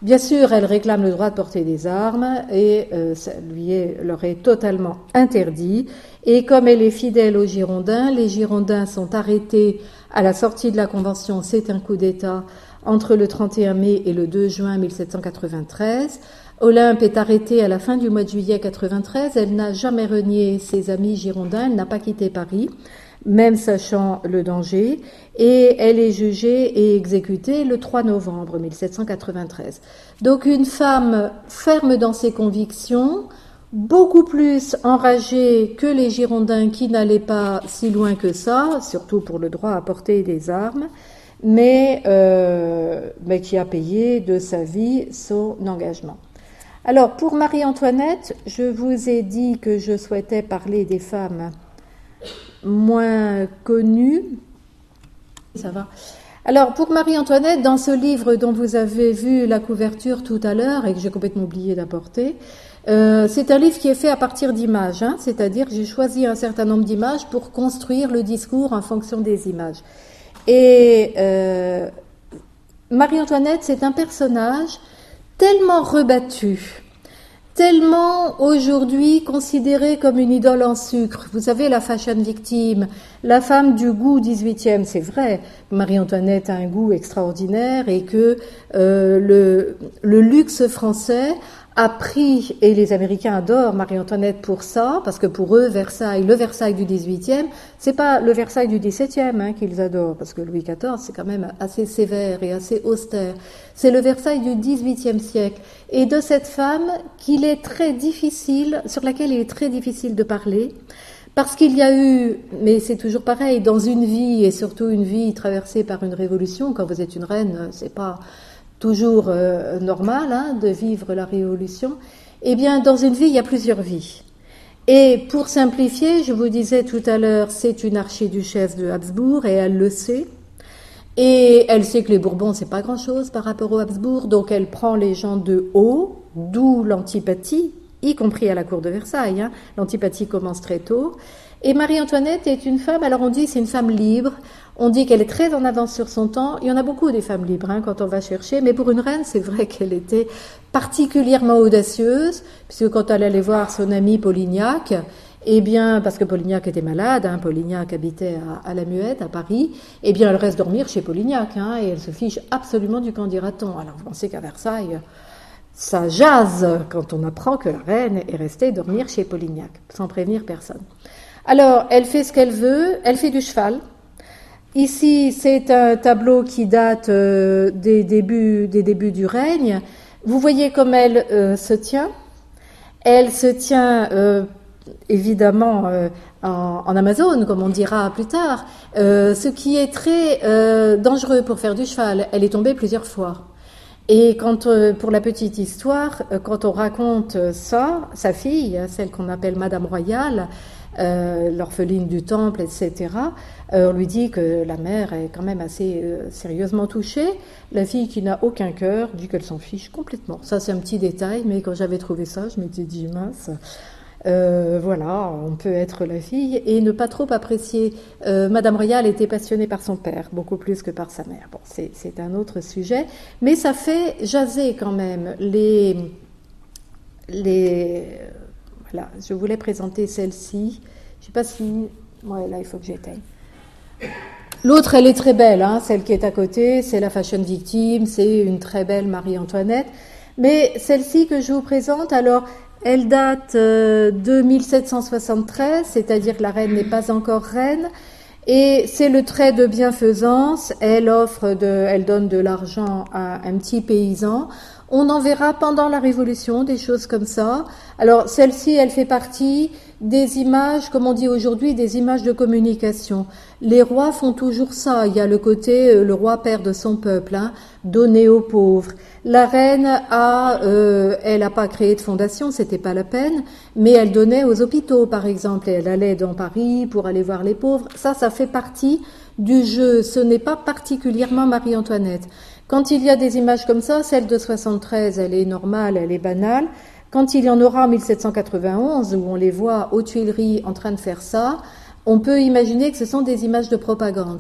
Bien sûr, elle réclame le droit de porter des armes et euh, ça lui est, leur est totalement interdit. Et comme elle est fidèle aux Girondins, les Girondins sont arrêtés à la sortie de la Convention, c'est un coup d'État, entre le trente et un mai et le deux juin mille sept cent quatre-vingt-treize. Olympe est arrêtée à la fin du mois de juillet quatre-vingt-treize. Elle n'a jamais renié ses amis girondins, elle n'a pas quitté Paris, même sachant le danger, et elle est jugée et exécutée le trois novembre mille sept cent quatre-vingt-treize. Donc une femme ferme dans ses convictions, beaucoup plus enragée que les Girondins qui n'allaient pas si loin que ça, surtout pour le droit à porter des armes, mais, euh, mais qui a payé de sa vie son engagement. Alors, pour Marie-Antoinette, je vous ai dit que je souhaitais parler des femmes moins connues. Ça va. Alors, pour Marie-Antoinette, dans ce livre dont vous avez vu la couverture tout à l'heure et que j'ai complètement oublié d'apporter, euh, c'est un livre qui est fait à partir d'images, hein, c'est-à-dire que j'ai choisi un certain nombre d'images pour construire le discours en fonction des images. Et euh, Marie-Antoinette, c'est un personnage tellement rebattu, tellement aujourd'hui considérée comme une idole en sucre. Vous savez, la fashion victime, la femme du goût dix-huitième, c'est vrai. Marie-Antoinette a un goût extraordinaire et que euh, le, le luxe français a pris, et les Américains adorent Marie-Antoinette pour ça, parce que pour eux, Versailles, le Versailles du dix-huitième, c'est pas le Versailles du dix-septième hein, qu'ils adorent, parce que Louis quatorze, c'est quand même assez sévère et assez austère. C'est le Versailles du dix-huitième siècle. Et de cette femme qu'il est très difficile, sur laquelle il est très difficile de parler, parce qu'il y a eu, mais c'est toujours pareil, dans une vie, et surtout une vie traversée par une révolution, quand vous êtes une reine, c'est pas toujours euh, normal hein, de vivre la révolution, eh bien, dans une vie, il y a plusieurs vies. Et pour simplifier, je vous disais tout à l'heure, c'est une archiduchesse de Habsbourg, et elle le sait. Et elle sait que les Bourbons, c'est pas grand-chose par rapport aux Habsbourg, donc elle prend les gens de haut, d'où l'antipathie, y compris à la cour de Versailles. Hein. L'antipathie commence très tôt. Et Marie-Antoinette est une femme, alors on dit c'est une femme libre, on dit qu'elle est très en avance sur son temps. Il y en a beaucoup des femmes libres hein, quand on va chercher, mais pour une reine, c'est vrai qu'elle était particulièrement audacieuse, puisque quand elle allait voir son amie Polignac, eh bien, parce que Polignac était malade, hein, Polignac habitait à, à la Muette, à Paris, eh bien, elle reste dormir chez Polignac, hein, et elle se fiche absolument du qu'en dira-t-on. Alors, vous pensez qu'à Versailles, ça jase quand on apprend que la reine est restée dormir chez Polignac, sans prévenir personne. Alors, elle fait ce qu'elle veut, elle fait du cheval. Ici, c'est un tableau qui date euh, des, débuts, des débuts du règne. Vous voyez comme elle euh, se tient. Elle se tient, euh, évidemment, euh, en, en Amazone, comme on dira plus tard, euh, ce qui est très euh, dangereux pour faire du cheval. Elle est tombée plusieurs fois. Et quand, euh, pour la petite histoire, euh, quand on raconte ça, sa fille, celle qu'on appelle Madame Royale, Euh, l'orpheline du Temple, et cetera. Euh, on lui dit que la mère est quand même assez euh, sérieusement touchée. La fille qui n'a aucun cœur dit qu'elle s'en fiche complètement. Ça, c'est un petit détail, mais quand j'avais trouvé ça, je m'étais dit, mince, euh, voilà, on peut être la fille et ne pas trop apprécier. Euh, Madame Royale était passionnée par son père, beaucoup plus que par sa mère. Bon, c'est, c'est un autre sujet, mais ça fait jaser quand même les... les Voilà, je voulais présenter celle-ci. Je ne sais pas si... Ouais, là, il faut que j'éteigne. L'autre, elle est très belle, hein, celle qui est à côté, c'est la fashion victime, c'est une très belle Marie-Antoinette. Mais celle-ci que je vous présente, alors, elle date euh, de mille sept cent soixante-treize, c'est-à-dire que la reine n'est pas encore reine. Et c'est le trait de bienfaisance. Elle offre, de, elle donne de l'argent à un petit paysan. On en verra pendant la Révolution des choses comme ça. Alors celle-ci, elle fait partie des images, comme on dit aujourd'hui, des images de communication. Les rois font toujours ça. Il y a le côté, le roi père de son peuple, hein, donner aux pauvres. La reine a, euh, elle n'a pas créé de fondation, c'était pas la peine, mais elle donnait aux hôpitaux, par exemple. Et elle allait dans Paris pour aller voir les pauvres. Ça, ça fait partie du jeu. Ce n'est pas particulièrement Marie-Antoinette. Quand il y a des images comme ça, celle de soixante-treize, elle est normale, elle est banale. Quand il y en aura en mille sept cent quatre-vingt-onze, où on les voit aux Tuileries en train de faire ça, on peut imaginer que ce sont des images de propagande.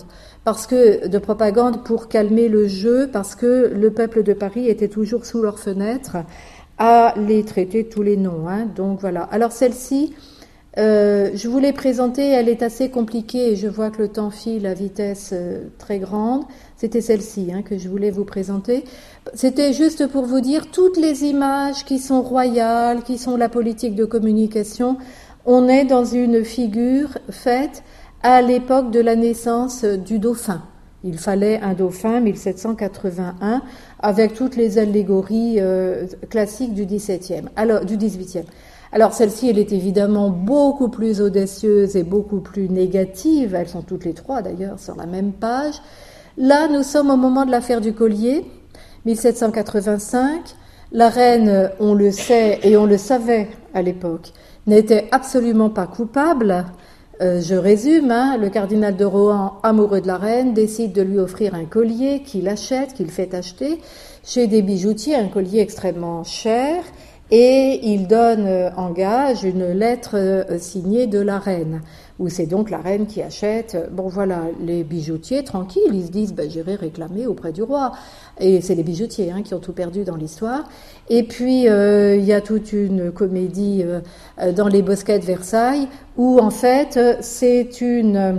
parce que de propagande pour calmer le jeu, parce que le peuple de Paris était toujours sous leurs fenêtres à les traiter de tous les noms. Hein. Donc voilà. Alors celle-ci, euh, je vous l'ai présentée, elle est assez compliquée et je vois que le temps file à vitesse euh, très grande. C'était celle-ci hein, que je voulais vous présenter. C'était juste pour vous dire toutes les images qui sont royales, qui sont la politique de communication. On est dans une figure faite à l'époque de la naissance du dauphin. Il fallait un dauphin, mille sept cent quatre-vingt-un, avec toutes les allégories euh, classiques du dix-septième, alors du dix-huitième. Alors celle-ci, elle est évidemment beaucoup plus audacieuse et beaucoup plus négative. Elles sont toutes les trois d'ailleurs sur la même page. Là, nous sommes au moment de l'affaire du collier, mille sept cent quatre-vingt-cinq. La reine, on le sait et on le savait à l'époque, n'était absolument pas coupable. Euh, je résume, hein, le cardinal de Rohan, amoureux de la reine, décide de lui offrir un collier qu'il achète, qu'il fait acheter chez des bijoutiers, un collier extrêmement cher, et il donne en gage une lettre signée de la reine, où c'est donc la reine qui achète. Bon voilà, les bijoutiers, tranquilles, ils se disent ben, « j'irai réclamer auprès du roi ». Et c'est les bijoutiers hein, qui ont tout perdu dans l'histoire. Et puis, euh, il y a toute une comédie euh, dans les bosquets de Versailles, où en fait, c'est une,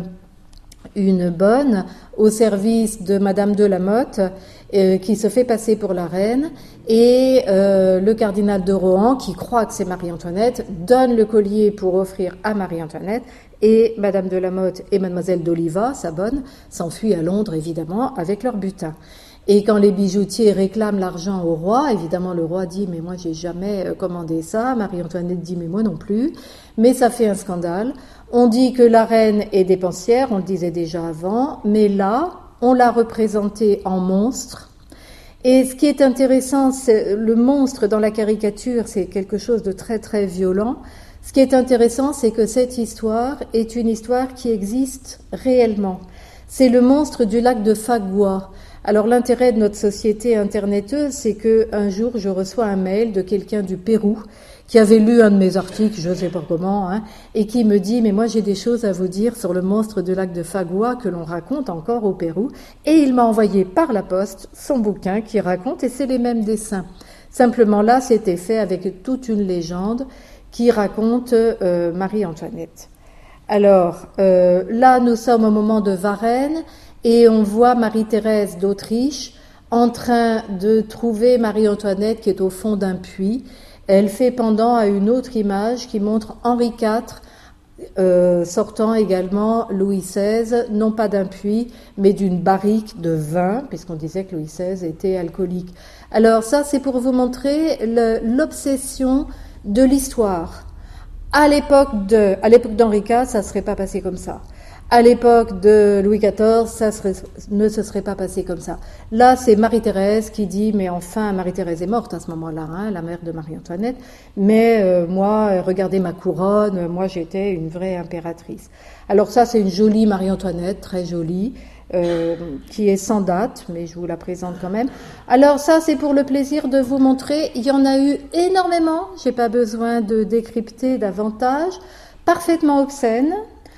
une bonne au service de Madame de la Motte, euh, qui se fait passer pour la reine, et euh, le cardinal de Rohan, qui croit que c'est Marie-Antoinette, donne le collier pour offrir à Marie-Antoinette, et Madame de la Motte et Mademoiselle d'Oliva, sa bonne, s'enfuient à Londres, évidemment, avec leur butin. Et quand les bijoutiers réclament l'argent au roi, évidemment le roi dit « mais moi j'ai jamais commandé ça », Marie-Antoinette dit « mais moi non plus », mais ça fait un scandale. On dit que la reine est dépensière, on le disait déjà avant, mais là, on l'a représentée en monstre. Et ce qui est intéressant, c'est le monstre dans la caricature, c'est quelque chose de très très violent. Ce qui est intéressant, c'est que cette histoire est une histoire qui existe réellement. C'est le monstre du lac de Fagua. Alors l'intérêt de notre société interneteuse, c'est que un jour je reçois un mail de quelqu'un du Pérou qui avait lu un de mes articles, je ne sais pas comment, hein, et qui me dit « mais moi j'ai des choses à vous dire sur le monstre du lac de Fagua que l'on raconte encore au Pérou ». Et il m'a envoyé par la poste son bouquin qui raconte, et c'est les mêmes dessins. Simplement là, c'était fait avec toute une légende qui raconte euh, Marie-Antoinette. Alors euh, là, nous sommes au moment de Varennes, et on voit Marie-Thérèse d'Autriche en train de trouver Marie-Antoinette qui est au fond d'un puits. Elle fait pendant à une autre image qui montre Henri quatre euh, sortant également Louis seize, non pas d'un puits, mais d'une barrique de vin, puisqu'on disait que Louis seize était alcoolique. Alors ça, c'est pour vous montrer le, l'obsession de l'histoire. À l'époque de, à l'époque d'Henri quatre, ça ne serait pas passé comme ça. À l'époque de Louis quatorze, ça serait, ne se serait pas passé comme ça. Là, c'est Marie-Thérèse qui dit, mais enfin, Marie-Thérèse est morte à ce moment-là, hein, la mère de Marie-Antoinette, mais euh, moi, regardez ma couronne, moi j'étais une vraie impératrice. Alors ça, c'est une jolie Marie-Antoinette, très jolie, euh, qui est sans date, mais je vous la présente quand même. Alors ça, c'est pour le plaisir de vous montrer, il y en a eu énormément, j'ai pas besoin de décrypter davantage, parfaitement obscènes,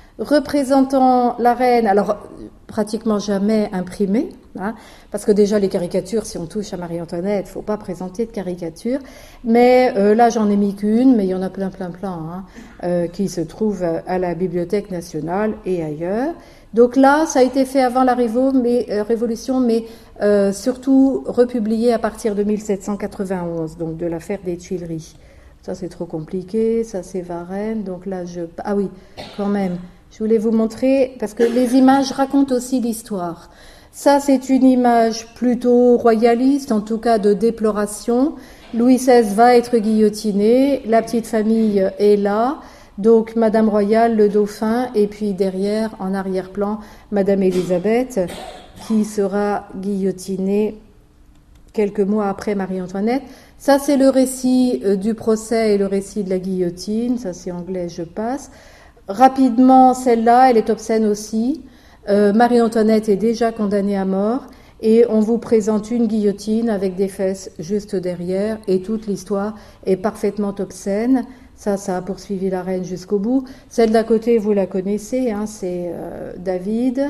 représentant la reine, alors pratiquement jamais imprimée, hein, parce que déjà les caricatures, si on touche à Marie-Antoinette, il ne faut pas présenter de caricature, mais euh, là j'en ai mis qu'une, mais il y en a plein plein plein, hein, euh, qui se trouvent à la Bibliothèque nationale et ailleurs. Donc là, ça a été fait avant la révo, mais, euh, Révolution, mais euh, surtout republié à partir de mille sept cent quatre-vingt-onze, donc de l'affaire des Tuileries. Ça c'est trop compliqué, ça c'est Varennes, donc là je... Ah oui, quand même... Je voulais vous montrer, parce que les images racontent aussi l'histoire. Ça, c'est une image plutôt royaliste, en tout cas de déploration. Louis seize va être guillotiné, la petite famille est là, donc Madame Royale, le dauphin, et puis derrière, en arrière-plan, Madame Élisabeth, qui sera guillotinée quelques mois après Marie-Antoinette. Ça, c'est le récit du procès et le récit de la guillotine. Ça, c'est anglais, je passe. Rapidement, celle-là, elle est obscène aussi. Euh, Marie-Antoinette est déjà condamnée à mort et on vous présente une guillotine avec des fesses juste derrière et toute l'histoire est parfaitement obscène. Ça, ça a poursuivi la reine jusqu'au bout. Celle d'à côté, vous la connaissez, hein, c'est euh, David.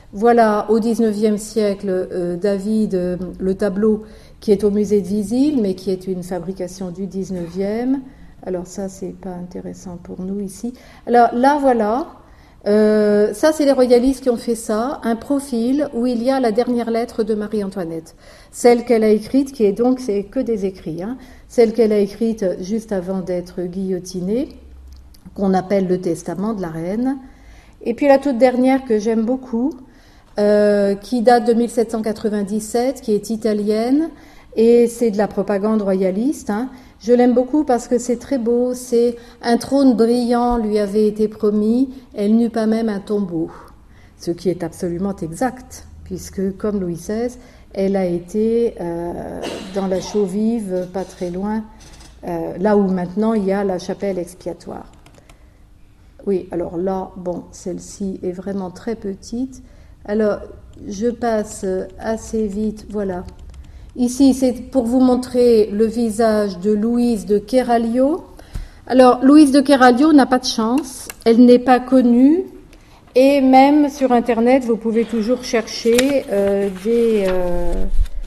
Voilà, au dix-neuvième siècle, euh, David, euh, le tableau qui est au musée de Visil, mais qui est une fabrication du dix-neuvième. Alors ça, c'est pas intéressant pour nous ici. Alors là, voilà, euh, ça, c'est les royalistes qui ont fait ça, un profil où il y a la dernière lettre de Marie-Antoinette, celle qu'elle a écrite, qui est donc, c'est que des écrits, hein, celle qu'elle a écrite juste avant d'être guillotinée, qu'on appelle le testament de la reine. Et puis la toute dernière que j'aime beaucoup, Euh, qui date de mille sept cent quatre-vingt-dix-sept, qui est italienne, et c'est de la propagande royaliste. Hein. Je l'aime beaucoup parce que c'est très beau, c'est un trône brillant lui avait été promis, elle n'eut pas même un tombeau, ce qui est absolument exact, puisque comme Louis seize, elle a été euh, dans la Chaux-Vive, pas très loin, euh, là où maintenant il y a la chapelle expiatoire. Oui, alors là, bon, celle-ci est vraiment très petite. Alors, je passe assez vite, voilà. Ici, c'est pour vous montrer le visage de Louise de Keraglio. Alors, Louise de Keraglio n'a pas de chance, elle n'est pas connue, et même sur Internet, vous pouvez toujours chercher euh, des... Euh,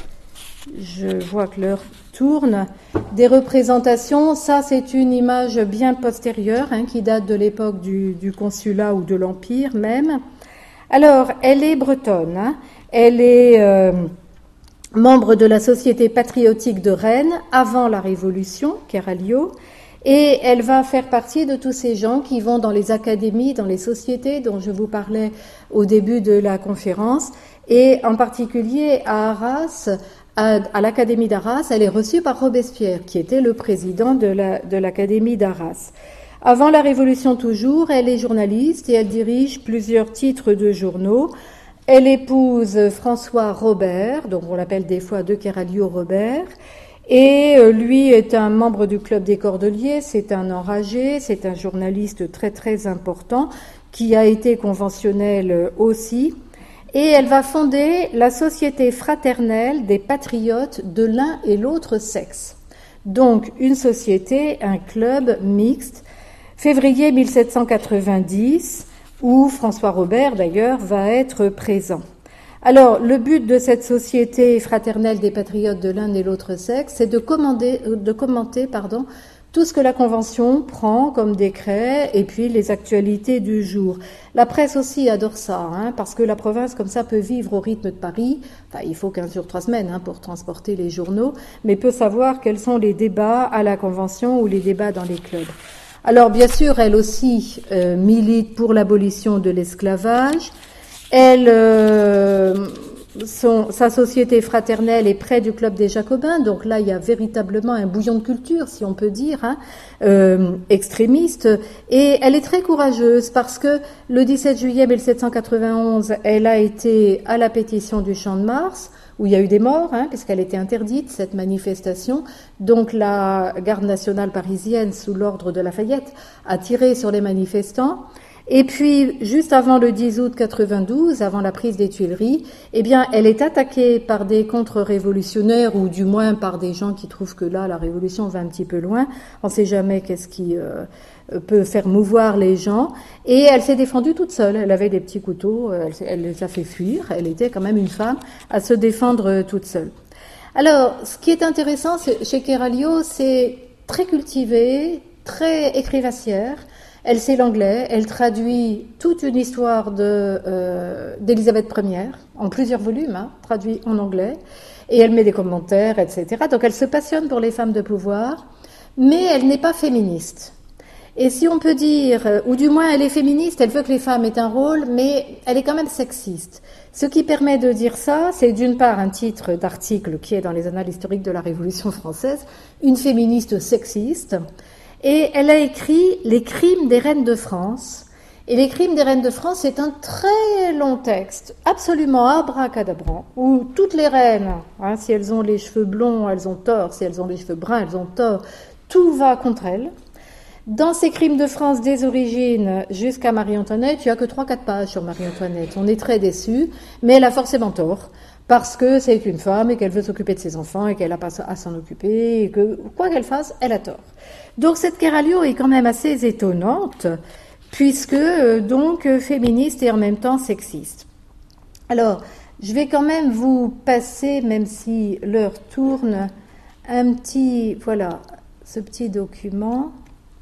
je vois que l'heure tourne, des représentations. Ça, c'est une image bien postérieure, hein, qui date de l'époque du, du consulat ou de l'Empire même. Alors, elle est bretonne, hein. Elle est euh, membre de la Société patriotique de Rennes avant la Révolution, Keraglio, et elle va faire partie de tous ces gens qui vont dans les académies, dans les sociétés dont je vous parlais au début de la conférence, et en particulier à Arras, à, à l'Académie d'Arras, elle est reçue par Robespierre, qui était le président de, la, de l'Académie d'Arras. Avant la Révolution toujours, elle est journaliste et elle dirige plusieurs titres de journaux. Elle épouse François Robert, donc on l'appelle des fois de Keraglio Robert, et lui est un membre du Club des Cordeliers, c'est un enragé, c'est un journaliste très très important qui a été conventionnel aussi. Et elle va fonder la Société fraternelle des patriotes de l'un et l'autre sexe. Donc une société, un club mixte, février mille sept cent quatre-vingt-dix, où François Robert, d'ailleurs, va être présent. Alors, le but de cette société fraternelle des patriotes de l'un et l'autre sexe, c'est de, commander, de commenter pardon, tout ce que la Convention prend comme décret et puis les actualités du jour. La presse aussi adore ça, hein, parce que la province, comme ça, peut vivre au rythme de Paris. Enfin, il faut quinze jours, trois semaines hein, pour transporter les journaux, mais peut savoir quels sont les débats à la Convention ou les débats dans les clubs. Alors, bien sûr, elle aussi euh, milite pour l'abolition de l'esclavage. Elle, euh, son, sa société fraternelle est près du Club des Jacobins, donc là, il y a véritablement un bouillon de culture, si on peut dire, hein, euh, extrémiste. Et elle est très courageuse parce que le dix-sept juillet mille sept cent quatre-vingt-onze, elle a été à la pétition du Champ de Mars, où il y a eu des morts, hein, puisqu'elle était interdite, cette manifestation. Donc la garde nationale parisienne, sous l'ordre de Lafayette, a tiré sur les manifestants. Et puis, juste avant le dix août quatre-vingt-douze, avant la prise des Tuileries, eh bien, elle est attaquée par des contre-révolutionnaires, ou du moins par des gens qui trouvent que là, la révolution va un petit peu loin. On ne sait jamais qu'est-ce qui euh, peut faire mouvoir les gens. Et elle s'est défendue toute seule. Elle avait des petits couteaux, elle, elle les a fait fuir. Elle était quand même une femme à se défendre toute seule. Alors, ce qui est intéressant chez Keraglio, c'est très cultivé, très écrivassière. Elle sait l'anglais, elle traduit toute une histoire de, euh, d'Élisabeth Première, en plusieurs volumes, hein, traduit en anglais, et elle met des commentaires, et cetera. Donc elle se passionne pour les femmes de pouvoir, mais elle n'est pas féministe. Et si on peut dire, ou du moins elle est féministe, elle veut que les femmes aient un rôle, mais elle est quand même sexiste. Ce qui permet de dire ça, c'est d'une part un titre d'article qui est dans les annales historiques de la Révolution française, une féministe sexiste. Et elle a écrit Les crimes des reines de France. Et Les crimes des reines de France, c'est un très long texte, absolument abracadabrant, où toutes les reines, hein, si elles ont les cheveux blonds, elles ont tort, si elles ont les cheveux bruns, elles ont tort, tout va contre elles. Dans ces crimes de France des origines jusqu'à Marie-Antoinette, il n'y a que trois quatre pages sur Marie-Antoinette. On est très déçus, mais elle a forcément tort. Parce que c'est une femme et qu'elle veut s'occuper de ses enfants et qu'elle n'a pas à s'en occuper et que quoi qu'elle fasse, elle a tort. Donc cette Keraglio est quand même assez étonnante puisque donc féministe et en même temps sexiste. Alors, je vais quand même vous passer, même si l'heure tourne, un petit, voilà, ce petit document.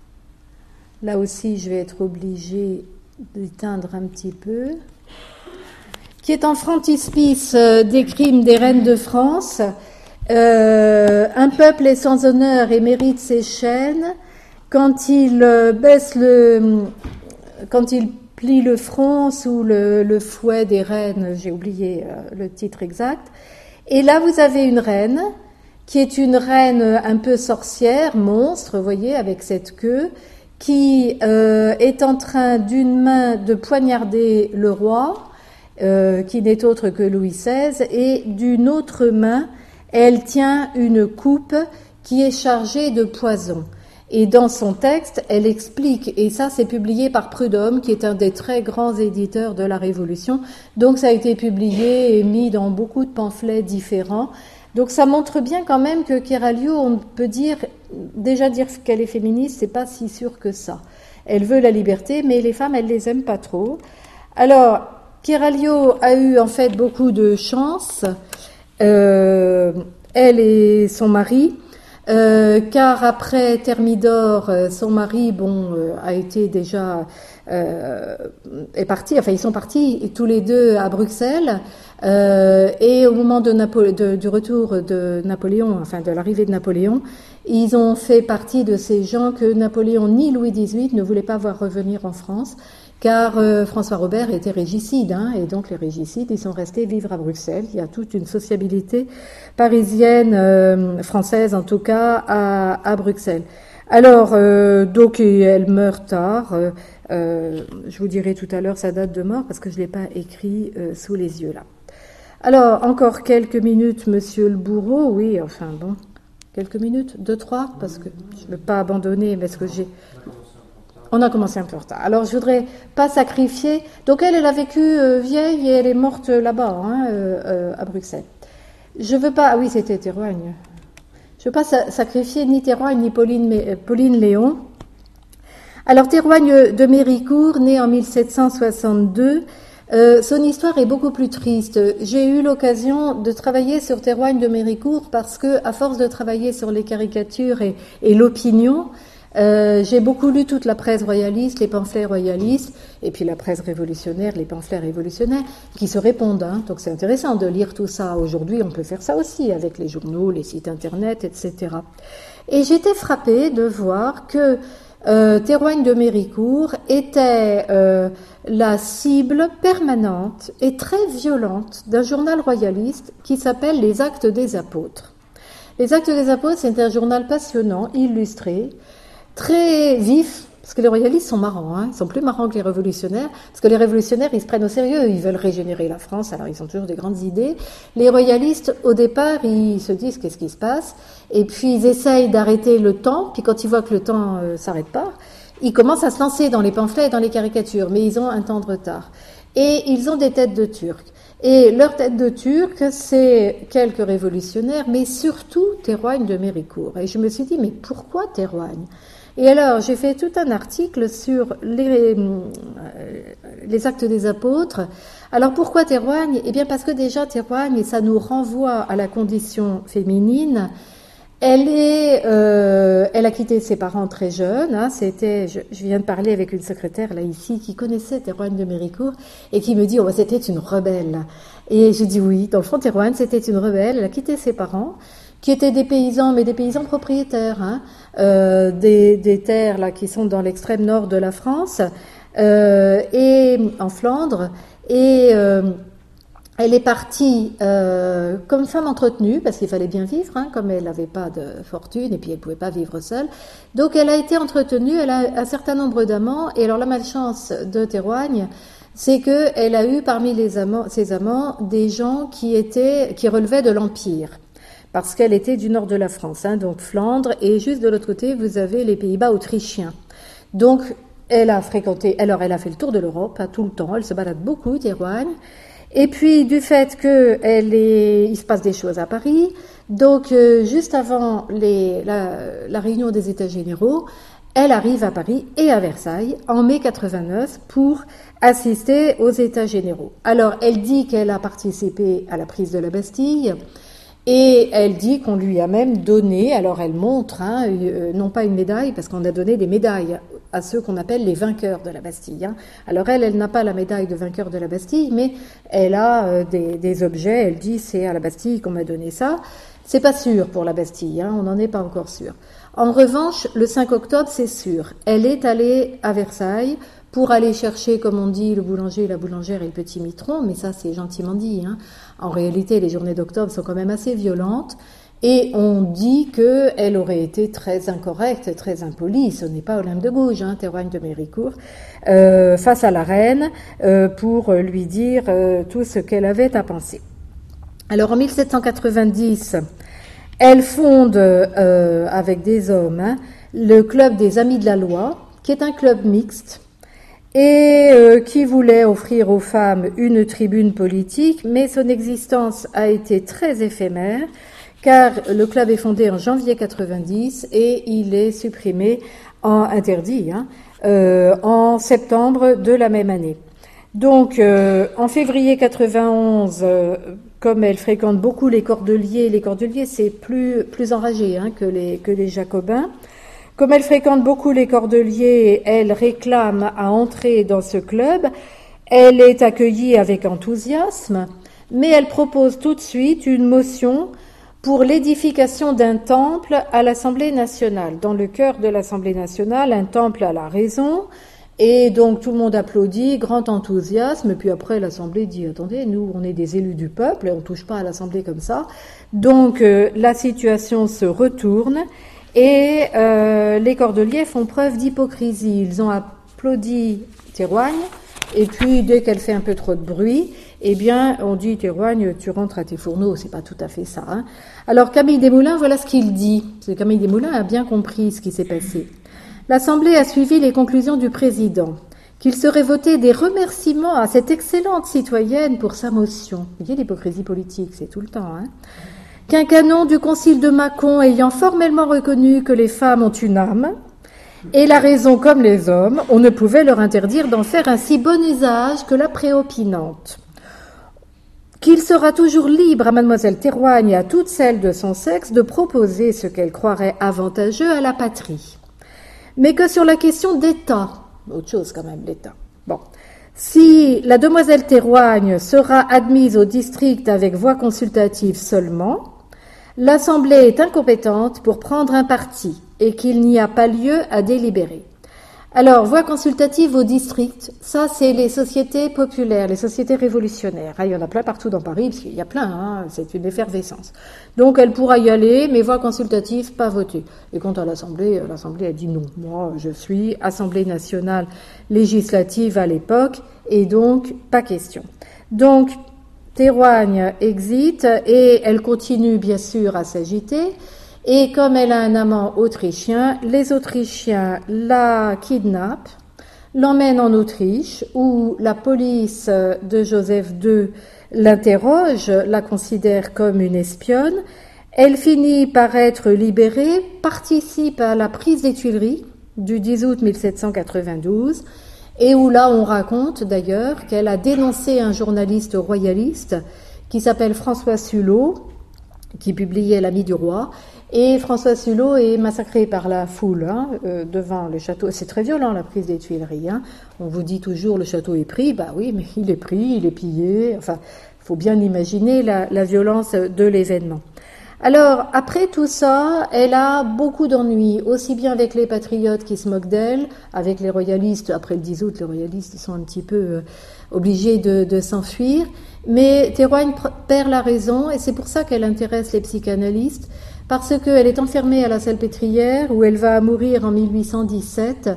Là aussi, je vais être obligée d'éteindre un petit peu. Qui est en frontispice euh, des crimes des reines de France. Euh, un peuple est sans honneur et mérite ses chaînes. Quand il euh, baisse le, quand il plie le front sous le, le fouet des reines, j'ai oublié euh, le titre exact. Et là, vous avez une reine qui est une reine un peu sorcière, monstre, vous voyez, avec cette queue, qui euh, est en train d'une main de poignarder le roi, euh, qui n'est autre que Louis seize, et d'une autre main, elle tient une coupe qui est chargée de poison. Et dans son texte, elle explique, et ça c'est publié par Prudhomme, qui est un des très grands éditeurs de la Révolution, donc ça a été publié et mis dans beaucoup de pamphlets différents. Donc ça montre bien quand même que Kéralio, on peut dire, déjà dire qu'elle est féministe, c'est pas si sûr que ça. Elle veut la liberté, mais les femmes, elle les aime pas trop. Alors, Kéralio a eu en fait beaucoup de chance, euh, elle et son mari, euh, car après Thermidor, son mari, bon, euh, a été déjà euh, est parti. Enfin, ils sont partis tous les deux à Bruxelles. Euh, et au moment de Napo- de, du retour de Napoléon, enfin de l'arrivée de Napoléon, ils ont fait partie de ces gens que Napoléon ni Louis dix-huit ne voulaient pas voir revenir en France, car euh, François Robert était régicide, hein, et donc les régicides, ils sont restés vivre à Bruxelles. Il y a toute une sociabilité parisienne, euh, française en tout cas, à, à Bruxelles. Alors, euh, donc, elle meurt tard. Euh, euh, je vous dirai tout à l'heure sa date de mort, parce que je ne l'ai pas écrit euh, sous les yeux là. Alors, encore quelques minutes, monsieur le bourreau. Oui, enfin bon, quelques minutes, deux, trois, parce que je ne veux pas abandonner, parce que j'ai... On a commencé un peu en retard. Alors, je voudrais pas sacrifier... Donc, elle, elle a vécu euh, vieille et elle est morte là-bas, hein, euh, euh, à Bruxelles. Je veux pas... Ah oui, c'était Théroigne. Je veux pas sa- sacrifier ni Théroigne ni Pauline, mais, euh, Pauline Léon. Alors, Théroigne de Méricourt, née en mille sept cent soixante-deux... Euh, son histoire est beaucoup plus triste. J'ai eu l'occasion de travailler sur Théroigne de Méricourt parce que, à force de travailler sur les caricatures et, et l'opinion, euh, j'ai beaucoup lu toute la presse royaliste, les pamphlets royalistes, et puis la presse révolutionnaire, les pamphlets révolutionnaires, qui se répondent. Hein. Donc c'est intéressant de lire tout ça. Aujourd'hui, on peut faire ça aussi avec les journaux, les sites internet, et cetera. Et j'étais frappée de voir que Euh, Théroigne de Méricourt était euh, la cible permanente et très violente d'un journal royaliste qui s'appelle Les Actes des Apôtres. Les Actes des Apôtres, c'est un journal passionnant, illustré, très vif, parce que les royalistes sont marrants, hein, ils sont plus marrants que les révolutionnaires, parce que les révolutionnaires, ils se prennent au sérieux, ils veulent régénérer la France, alors ils ont toujours des grandes idées. Les royalistes, au départ, ils se disent qu'est-ce qui se passe, et puis ils essayent d'arrêter le temps, puis quand ils voient que le temps euh, s'arrête pas, ils commencent à se lancer dans les pamphlets et dans les caricatures, mais ils ont un temps de retard. Et ils ont des têtes de Turcs. Et leur tête de Turc, c'est quelques révolutionnaires, mais surtout Théroigne de Méricourt. Et je me suis dit, mais pourquoi Théroigne ? Et alors, j'ai fait tout un article sur les, les actes des apôtres. Alors, pourquoi Théroigne ? Eh bien, parce que déjà, Théroigne, ça nous renvoie à la condition féminine. Elle est, euh, elle a quitté ses parents très jeunes. Hein, c'était, je, je viens de parler avec une secrétaire là ici qui connaissait Théroigne de Méricourt et qui me dit, oh, bah, c'était une rebelle. Et je dis oui, dans le fond, Théroigne, c'était une rebelle. Elle a quitté ses parents, qui étaient des paysans, mais des paysans propriétaires, hein, euh, des, des terres là qui sont dans l'extrême nord de la France euh, et en Flandre. Et euh, elle est partie euh, comme femme entretenue, parce qu'il fallait bien vivre, hein, comme elle n'avait pas de fortune, et puis elle ne pouvait pas vivre seule. Donc elle a été entretenue, elle a un certain nombre d'amants, et alors la malchance de Théroigne, c'est qu'elle a eu parmi les amants, ses amants des gens qui, étaient, qui relevaient de l'Empire, parce qu'elle était du nord de la France, hein, donc Flandre, et juste de l'autre côté, vous avez les Pays-Bas autrichiens. Donc elle a fréquenté, alors elle a fait le tour de l'Europe, hein, tout le temps, elle se balade beaucoup, Théroigne. Et puis, du fait que elle est, il se passe des choses à Paris, donc euh, juste avant les, la, la réunion des États généraux, elle arrive à Paris et à Versailles en mai quatre-vingt-neuf pour assister aux États généraux. Alors, elle dit qu'elle a participé à la prise de la Bastille et elle dit qu'on lui a même donné, alors elle montre, hein, euh, non pas une médaille, parce qu'on a donné des médailles à ceux qu'on appelle les vainqueurs de la Bastille. Hein. Alors elle, elle n'a pas la médaille de vainqueur de la Bastille, mais elle a euh, des, des objets, elle dit c'est à la Bastille qu'on m'a donné ça. C'est pas sûr pour la Bastille, hein, on n'en est pas encore sûr. En revanche, le cinq octobre, c'est sûr. Elle est allée à Versailles pour aller chercher, comme on dit, le boulanger, la boulangère et le petit mitron, mais ça c'est gentiment dit. Hein. En réalité, les journées d'octobre sont quand même assez violentes, et on dit qu'elle aurait été très incorrecte, très impolie, ce n'est pas Olympe de Gouges, hein, Théroigne de Méricourt, euh, face à la reine, euh, pour lui dire euh, tout ce qu'elle avait à penser. Alors en mille sept cent quatre-vingt-dix, elle fonde, euh, avec des hommes, hein, le club des Amis de la Loi, qui est un club mixte, et euh, qui voulait offrir aux femmes une tribune politique, mais son existence a été très éphémère, car le club est fondé en janvier quatre-vingt-dix et il est supprimé, en interdit, hein, euh, en septembre de la même année. Donc, euh, en février quatre-vingt-onze, euh, comme elle fréquente beaucoup les Cordeliers, les Cordeliers c'est plus plus enragé, hein, que les que les Jacobins. Comme elle fréquente beaucoup les Cordeliers, elle réclame à entrer dans ce club. Elle est accueillie avec enthousiasme, mais elle propose tout de suite une motion pour l'édification d'un temple à l'Assemblée nationale. Dans le cœur de l'Assemblée nationale, un temple à la raison, et donc tout le monde applaudit, grand enthousiasme, et puis après l'Assemblée dit « Attendez, nous on est des élus du peuple, et on ne touche pas à l'Assemblée comme ça ». Donc euh, la situation se retourne, et euh, les Cordeliers font preuve d'hypocrisie. Ils ont applaudi Théroigne, et puis dès qu'elle fait un peu trop de bruit, eh bien, on dit, Théroigne, tu rentres à tes fourneaux. C'est pas tout à fait ça, hein. Alors, Camille Desmoulins, voilà ce qu'il dit. Parce que Camille Desmoulins a bien compris ce qui s'est passé. L'Assemblée a suivi les conclusions du président, qu'il serait voté des remerciements à cette excellente citoyenne pour sa motion. Vous voyez, l'hypocrisie politique, c'est tout le temps, hein. Qu'un canon du concile de Mâcon ayant formellement reconnu que les femmes ont une âme, et la raison comme les hommes, on ne pouvait leur interdire d'en faire un si bon usage que la préopinante. Qu'il sera toujours libre à mademoiselle Théroigne et à toutes celles de son sexe de proposer ce qu'elle croirait avantageux à la patrie. Mais que sur la question d'État, autre chose quand même, l'État, bon, si la demoiselle Théroigne sera admise au district avec voix consultative seulement, l'Assemblée est incompétente pour prendre un parti et qu'il n'y a pas lieu à délibérer. Alors, voix consultative au district, ça c'est les sociétés populaires, les sociétés révolutionnaires. Ah, il y en a plein partout dans Paris, parce qu'il y a plein, hein, c'est une effervescence. Donc elle pourra y aller, mais voix consultative, pas voter. Et quant à l'Assemblée, l'Assemblée a dit non. Moi, je suis Assemblée nationale législative à l'époque, et donc pas question. Donc, Théroigne exit, et elle continue bien sûr à s'agiter. Et comme elle a un amant autrichien, les Autrichiens la kidnappent, l'emmènent en Autriche, où la police de Joseph deux l'interroge, la considère comme une espionne. Elle finit par être libérée, participe à la prise des Tuileries du dix août mille sept cent quatre-vingt-douze, et où là on raconte d'ailleurs qu'elle a dénoncé un journaliste royaliste qui s'appelle François Sulot, qui publiait L'Ami du Roi, et François Sulot est massacré par la foule, hein, euh, devant le château. C'est très violent, la prise des Tuileries, hein. On vous dit toujours le château est pris, bah oui, mais il est pris, il est pillé. Enfin, il faut bien imaginer la, la violence de l'événement. Alors, après tout ça, elle a beaucoup d'ennuis, aussi bien avec les patriotes qui se moquent d'elle, avec les royalistes. Après le dix août, les royalistes sont un petit peu euh, obligés de, de s'enfuir. Mais Théroigne perd la raison, et c'est pour ça qu'elle intéresse les psychanalystes, parce qu'elle est enfermée à la Salpêtrière, où elle va mourir en mille huit cent dix-sept,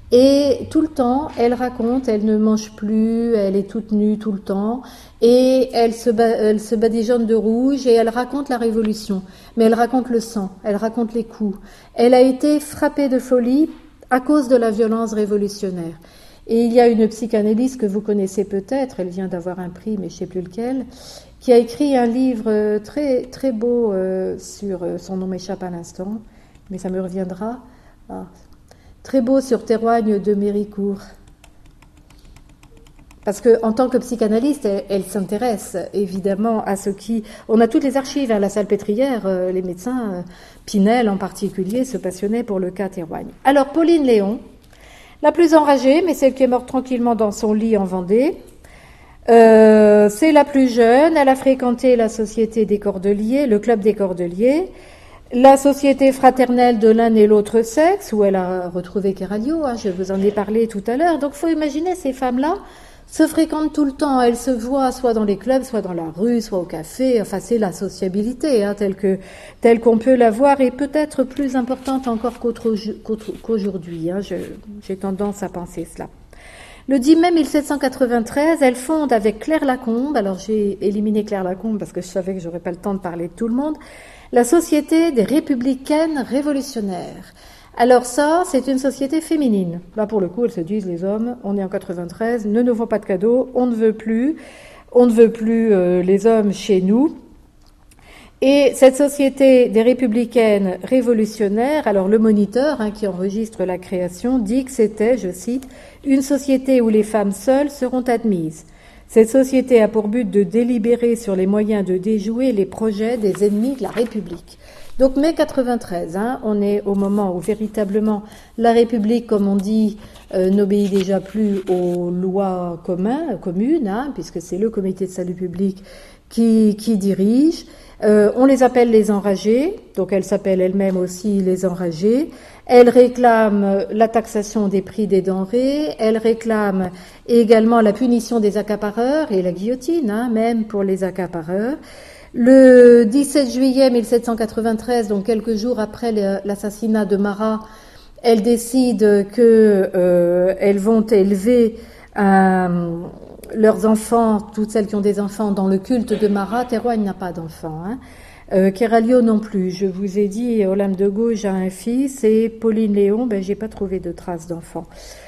et tout le temps, elle raconte, elle ne mange plus, elle est toute nue tout le temps, et elle se, ba- elle se badigeonne de rouge, et elle raconte la Révolution, mais elle raconte le sang, elle raconte les coups. Elle a été frappée de folie à cause de la violence révolutionnaire. Et il y a une psychanalyste que vous connaissez peut-être, elle vient d'avoir un prix, mais je ne sais plus lequel, qui a écrit un livre très très beau euh, sur, son nom m'échappe à l'instant, mais ça me reviendra. Ah. très beau sur Théroigne de Méricourt. Parce que en tant que psychanalyste, elle, elle s'intéresse évidemment à ce qui... On a toutes les archives à la Salpêtrière, euh, les médecins, euh, Pinel en particulier, se passionnaient pour le cas Théroigne. Alors, Pauline Léon, la plus enragée, mais celle qui est morte tranquillement dans son lit en Vendée, euh, c'est la plus jeune, elle a fréquenté la Société des Cordeliers, le Club des Cordeliers, la Société fraternelle de l'un et l'autre sexe, où elle a retrouvé Kéralio, hein, je vous en ai parlé tout à l'heure. Donc, il faut imaginer ces femmes-là se fréquentent tout le temps, elles se voient soit dans les clubs, soit dans la rue, soit au café, enfin c'est la sociabilité hein, telle que telle qu'on peut la voir et peut-être plus importante encore qu'aujourd'hui, hein, je, j'ai tendance à penser cela. Le dix mai mille sept cent quatre-vingt-treize, elle fonde avec Claire Lacombe, alors j'ai éliminé Claire Lacombe parce que je savais que j'aurais pas le temps de parler de tout le monde, la Société des Républicaines Révolutionnaires. Alors ça, c'est une société féminine. Là, pour le coup, elles se disent, les hommes, on est en quatre-vingt-treize, ne nous font pas de cadeaux, on ne veut plus, on ne veut plus euh, les hommes chez nous. Et cette Société des Républicaines Révolutionnaires, alors le Moniteur, hein, qui enregistre la création, dit que c'était, je cite, une société où les femmes seules seront admises. Cette société a pour but de délibérer sur les moyens de déjouer les projets des ennemis de la République. Donc mai quatre-vingt-treize, hein, on est au moment où véritablement la République, comme on dit, euh, n'obéit déjà plus aux lois communes, communes hein, puisque c'est le Comité de salut public qui, qui dirige. Euh, on les appelle les enragés, donc elle s'appelle elle-même aussi les enragés. Elle réclame la taxation des prix des denrées, elle réclame également la punition des accapareurs et la guillotine, hein, même pour les accapareurs. Le dix-sept juillet mille sept cent quatre-vingt-treize, donc quelques jours après l'assassinat de Marat, elles décident que euh, elles vont élever euh, leurs enfants, toutes celles qui ont des enfants, dans le culte de Marat. Théroigne n'a pas d'enfants, hein. Euh, Kéralio non plus. Je vous ai dit, Olympe de Gouges a un fils et Pauline Léon, ben j'ai pas trouvé de traces d'enfants.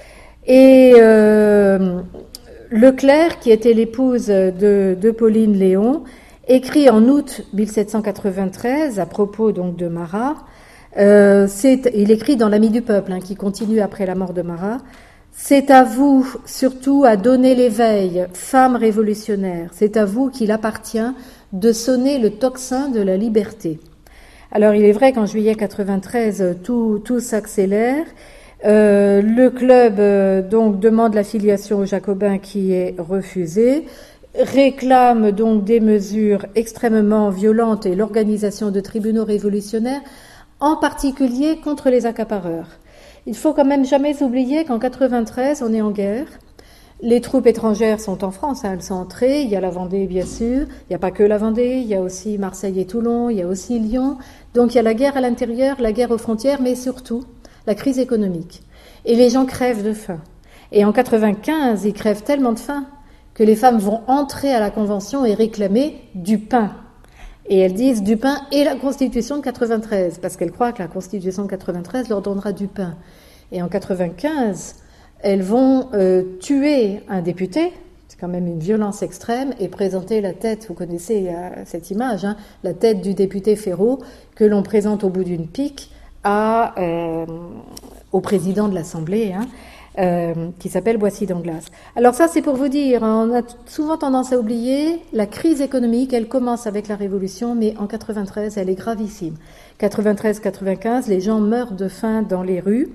Et euh, Leclerc, qui était l'épouse de, de Pauline Léon, écrit en août mille sept cent quatre-vingt-treize à propos donc de Marat. Euh, c'est, il écrit dans l'Ami du peuple, hein, qui continue après la mort de Marat. C'est à vous surtout à donner l'éveil, femmes révolutionnaires. C'est à vous qu'il appartient de sonner le tocsin de la liberté. Alors il est vrai qu'en juillet quatre-vingt-treize, tout, tout s'accélère. Euh, le club euh, donc demande l'affiliation aux Jacobins qui est refusée, réclame donc des mesures extrêmement violentes et l'organisation de tribunaux révolutionnaires, en particulier contre les accapareurs. Il faut quand même jamais oublier qu'en quatre-vingt-treize, on est en guerre. Les troupes étrangères sont en France, hein, elles sont entrées. Il y a la Vendée, bien sûr. Il n'y a pas que la Vendée, il y a aussi Marseille et Toulon, il y a aussi Lyon. Donc il y a la guerre à l'intérieur, la guerre aux frontières, mais surtout la crise économique. Et les gens crèvent de faim. Et en quatre-vingt-quinze, ils crèvent tellement de faim que les femmes vont entrer à la Convention et réclamer du pain. Et elles disent du pain et la Constitution de quatre-vingt-treize, parce qu'elles croient que la Constitution de quatre-vingt-treize leur donnera du pain. Et en quatre-vingt-quinze, elles vont euh, tuer un député, c'est quand même une violence extrême, et présenter la tête, vous connaissez euh, cette image, hein, la tête du député Ferraud, que l'on présente au bout d'une pique à, euh, au président de l'Assemblée, hein, Euh, qui s'appelle Boissy d'Anglas. Alors ça, c'est pour vous dire, on a souvent tendance à oublier la crise économique, elle commence avec la Révolution, mais en quatre-vingt-treize, elle est gravissime. quatre-vingt-treize quatre-vingt-quinze, les gens meurent de faim dans les rues.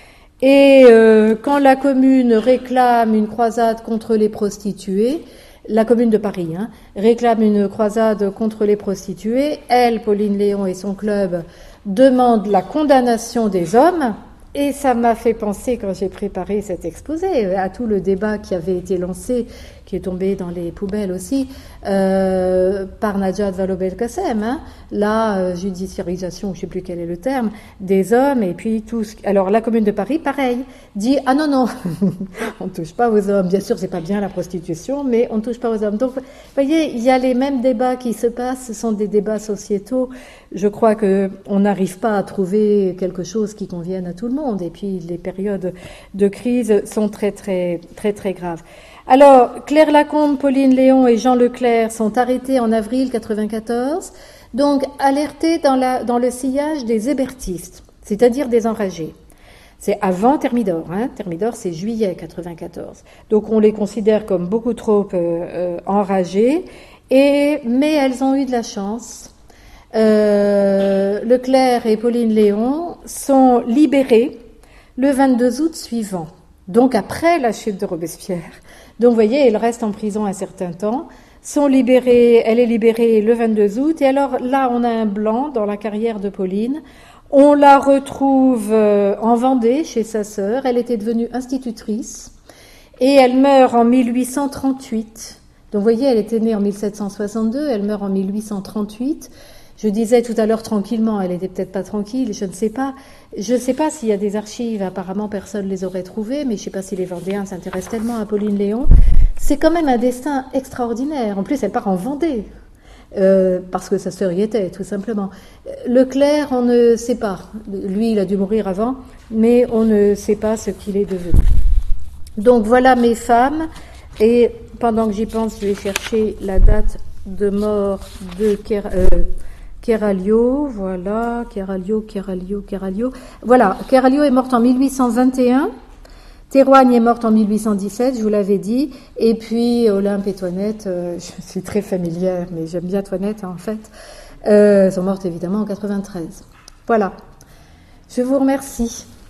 Et euh, quand la commune réclame une croisade contre les prostituées, la commune de Paris hein, réclame une croisade contre les prostituées, elle, Pauline Léon et son club, demandent la condamnation des hommes. Et ça m'a fait penser, quand j'ai préparé cet exposé, à tout le débat qui avait été lancé, qui est tombé dans les poubelles aussi, euh, par Najat Vallaud-Belkacem, hein, la euh, judiciarisation, je ne sais plus quel est le terme, des hommes, et puis tout ce... Alors la Commune de Paris, pareil, dit « Ah non, non, on ne touche pas aux hommes. Bien sûr, c'est pas bien la prostitution, mais on ne touche pas aux hommes. » Donc, vous voyez, il y a les mêmes débats qui se passent, ce sont des débats sociétaux. Je crois qu'on n'arrive pas à trouver quelque chose qui convienne à tout le monde, et puis les périodes de crise sont très, très, très, très graves. Alors, Claire Lacombe, Pauline Léon et Jean Leclerc sont arrêtés en avril quatre-vingt-quatorze, donc alertés dans, la, dans le sillage des hébertistes, c'est-à-dire des enragés. C'est avant Thermidor, hein. Thermidor, c'est juillet quatre-vingt-quatorze. Donc on les considère comme beaucoup trop euh, euh, enragées, et, mais elles ont eu de la chance. Euh, Leclerc et Pauline Léon sont libérés le vingt-deux août suivant, donc après la chute de Robespierre. Donc vous voyez, elle reste en prison un certain temps, sont libérées, elle est libérée le vingt-deux août, et alors là on a un blanc dans la carrière de Pauline. On la retrouve en Vendée chez sa sœur, elle était devenue institutrice, et elle meurt en mille huit cent trente-huit. Donc vous voyez, elle était née en mille sept cent soixante-deux, elle meurt en mille huit cent trente-huit. Je disais tout à l'heure tranquillement, elle était peut-être pas tranquille, je ne sais pas. Je ne sais pas s'il y a des archives, apparemment personne ne les aurait trouvées, mais je ne sais pas si les Vendéens s'intéressent tellement à Pauline Léon. C'est quand même un destin extraordinaire. En plus, elle part en Vendée, euh, parce que sa sœur y était, tout simplement. Leclerc, on ne sait pas. Lui, il a dû mourir avant, mais on ne sait pas ce qu'il est devenu. Donc voilà mes femmes, et pendant que j'y pense, je vais chercher la date de mort de Ker, euh, Keralio, voilà, Keralio, Keralio, Keralio. Voilà, Keralio est morte en mille huit cent vingt et un, Théroigne est morte en mille huit cent dix-sept, je vous l'avais dit, et puis Olympe et Toinette, euh, je suis très familière, mais j'aime bien Toinette en fait, euh, sont mortes évidemment en quatre-vingt-treize. Voilà, je vous remercie.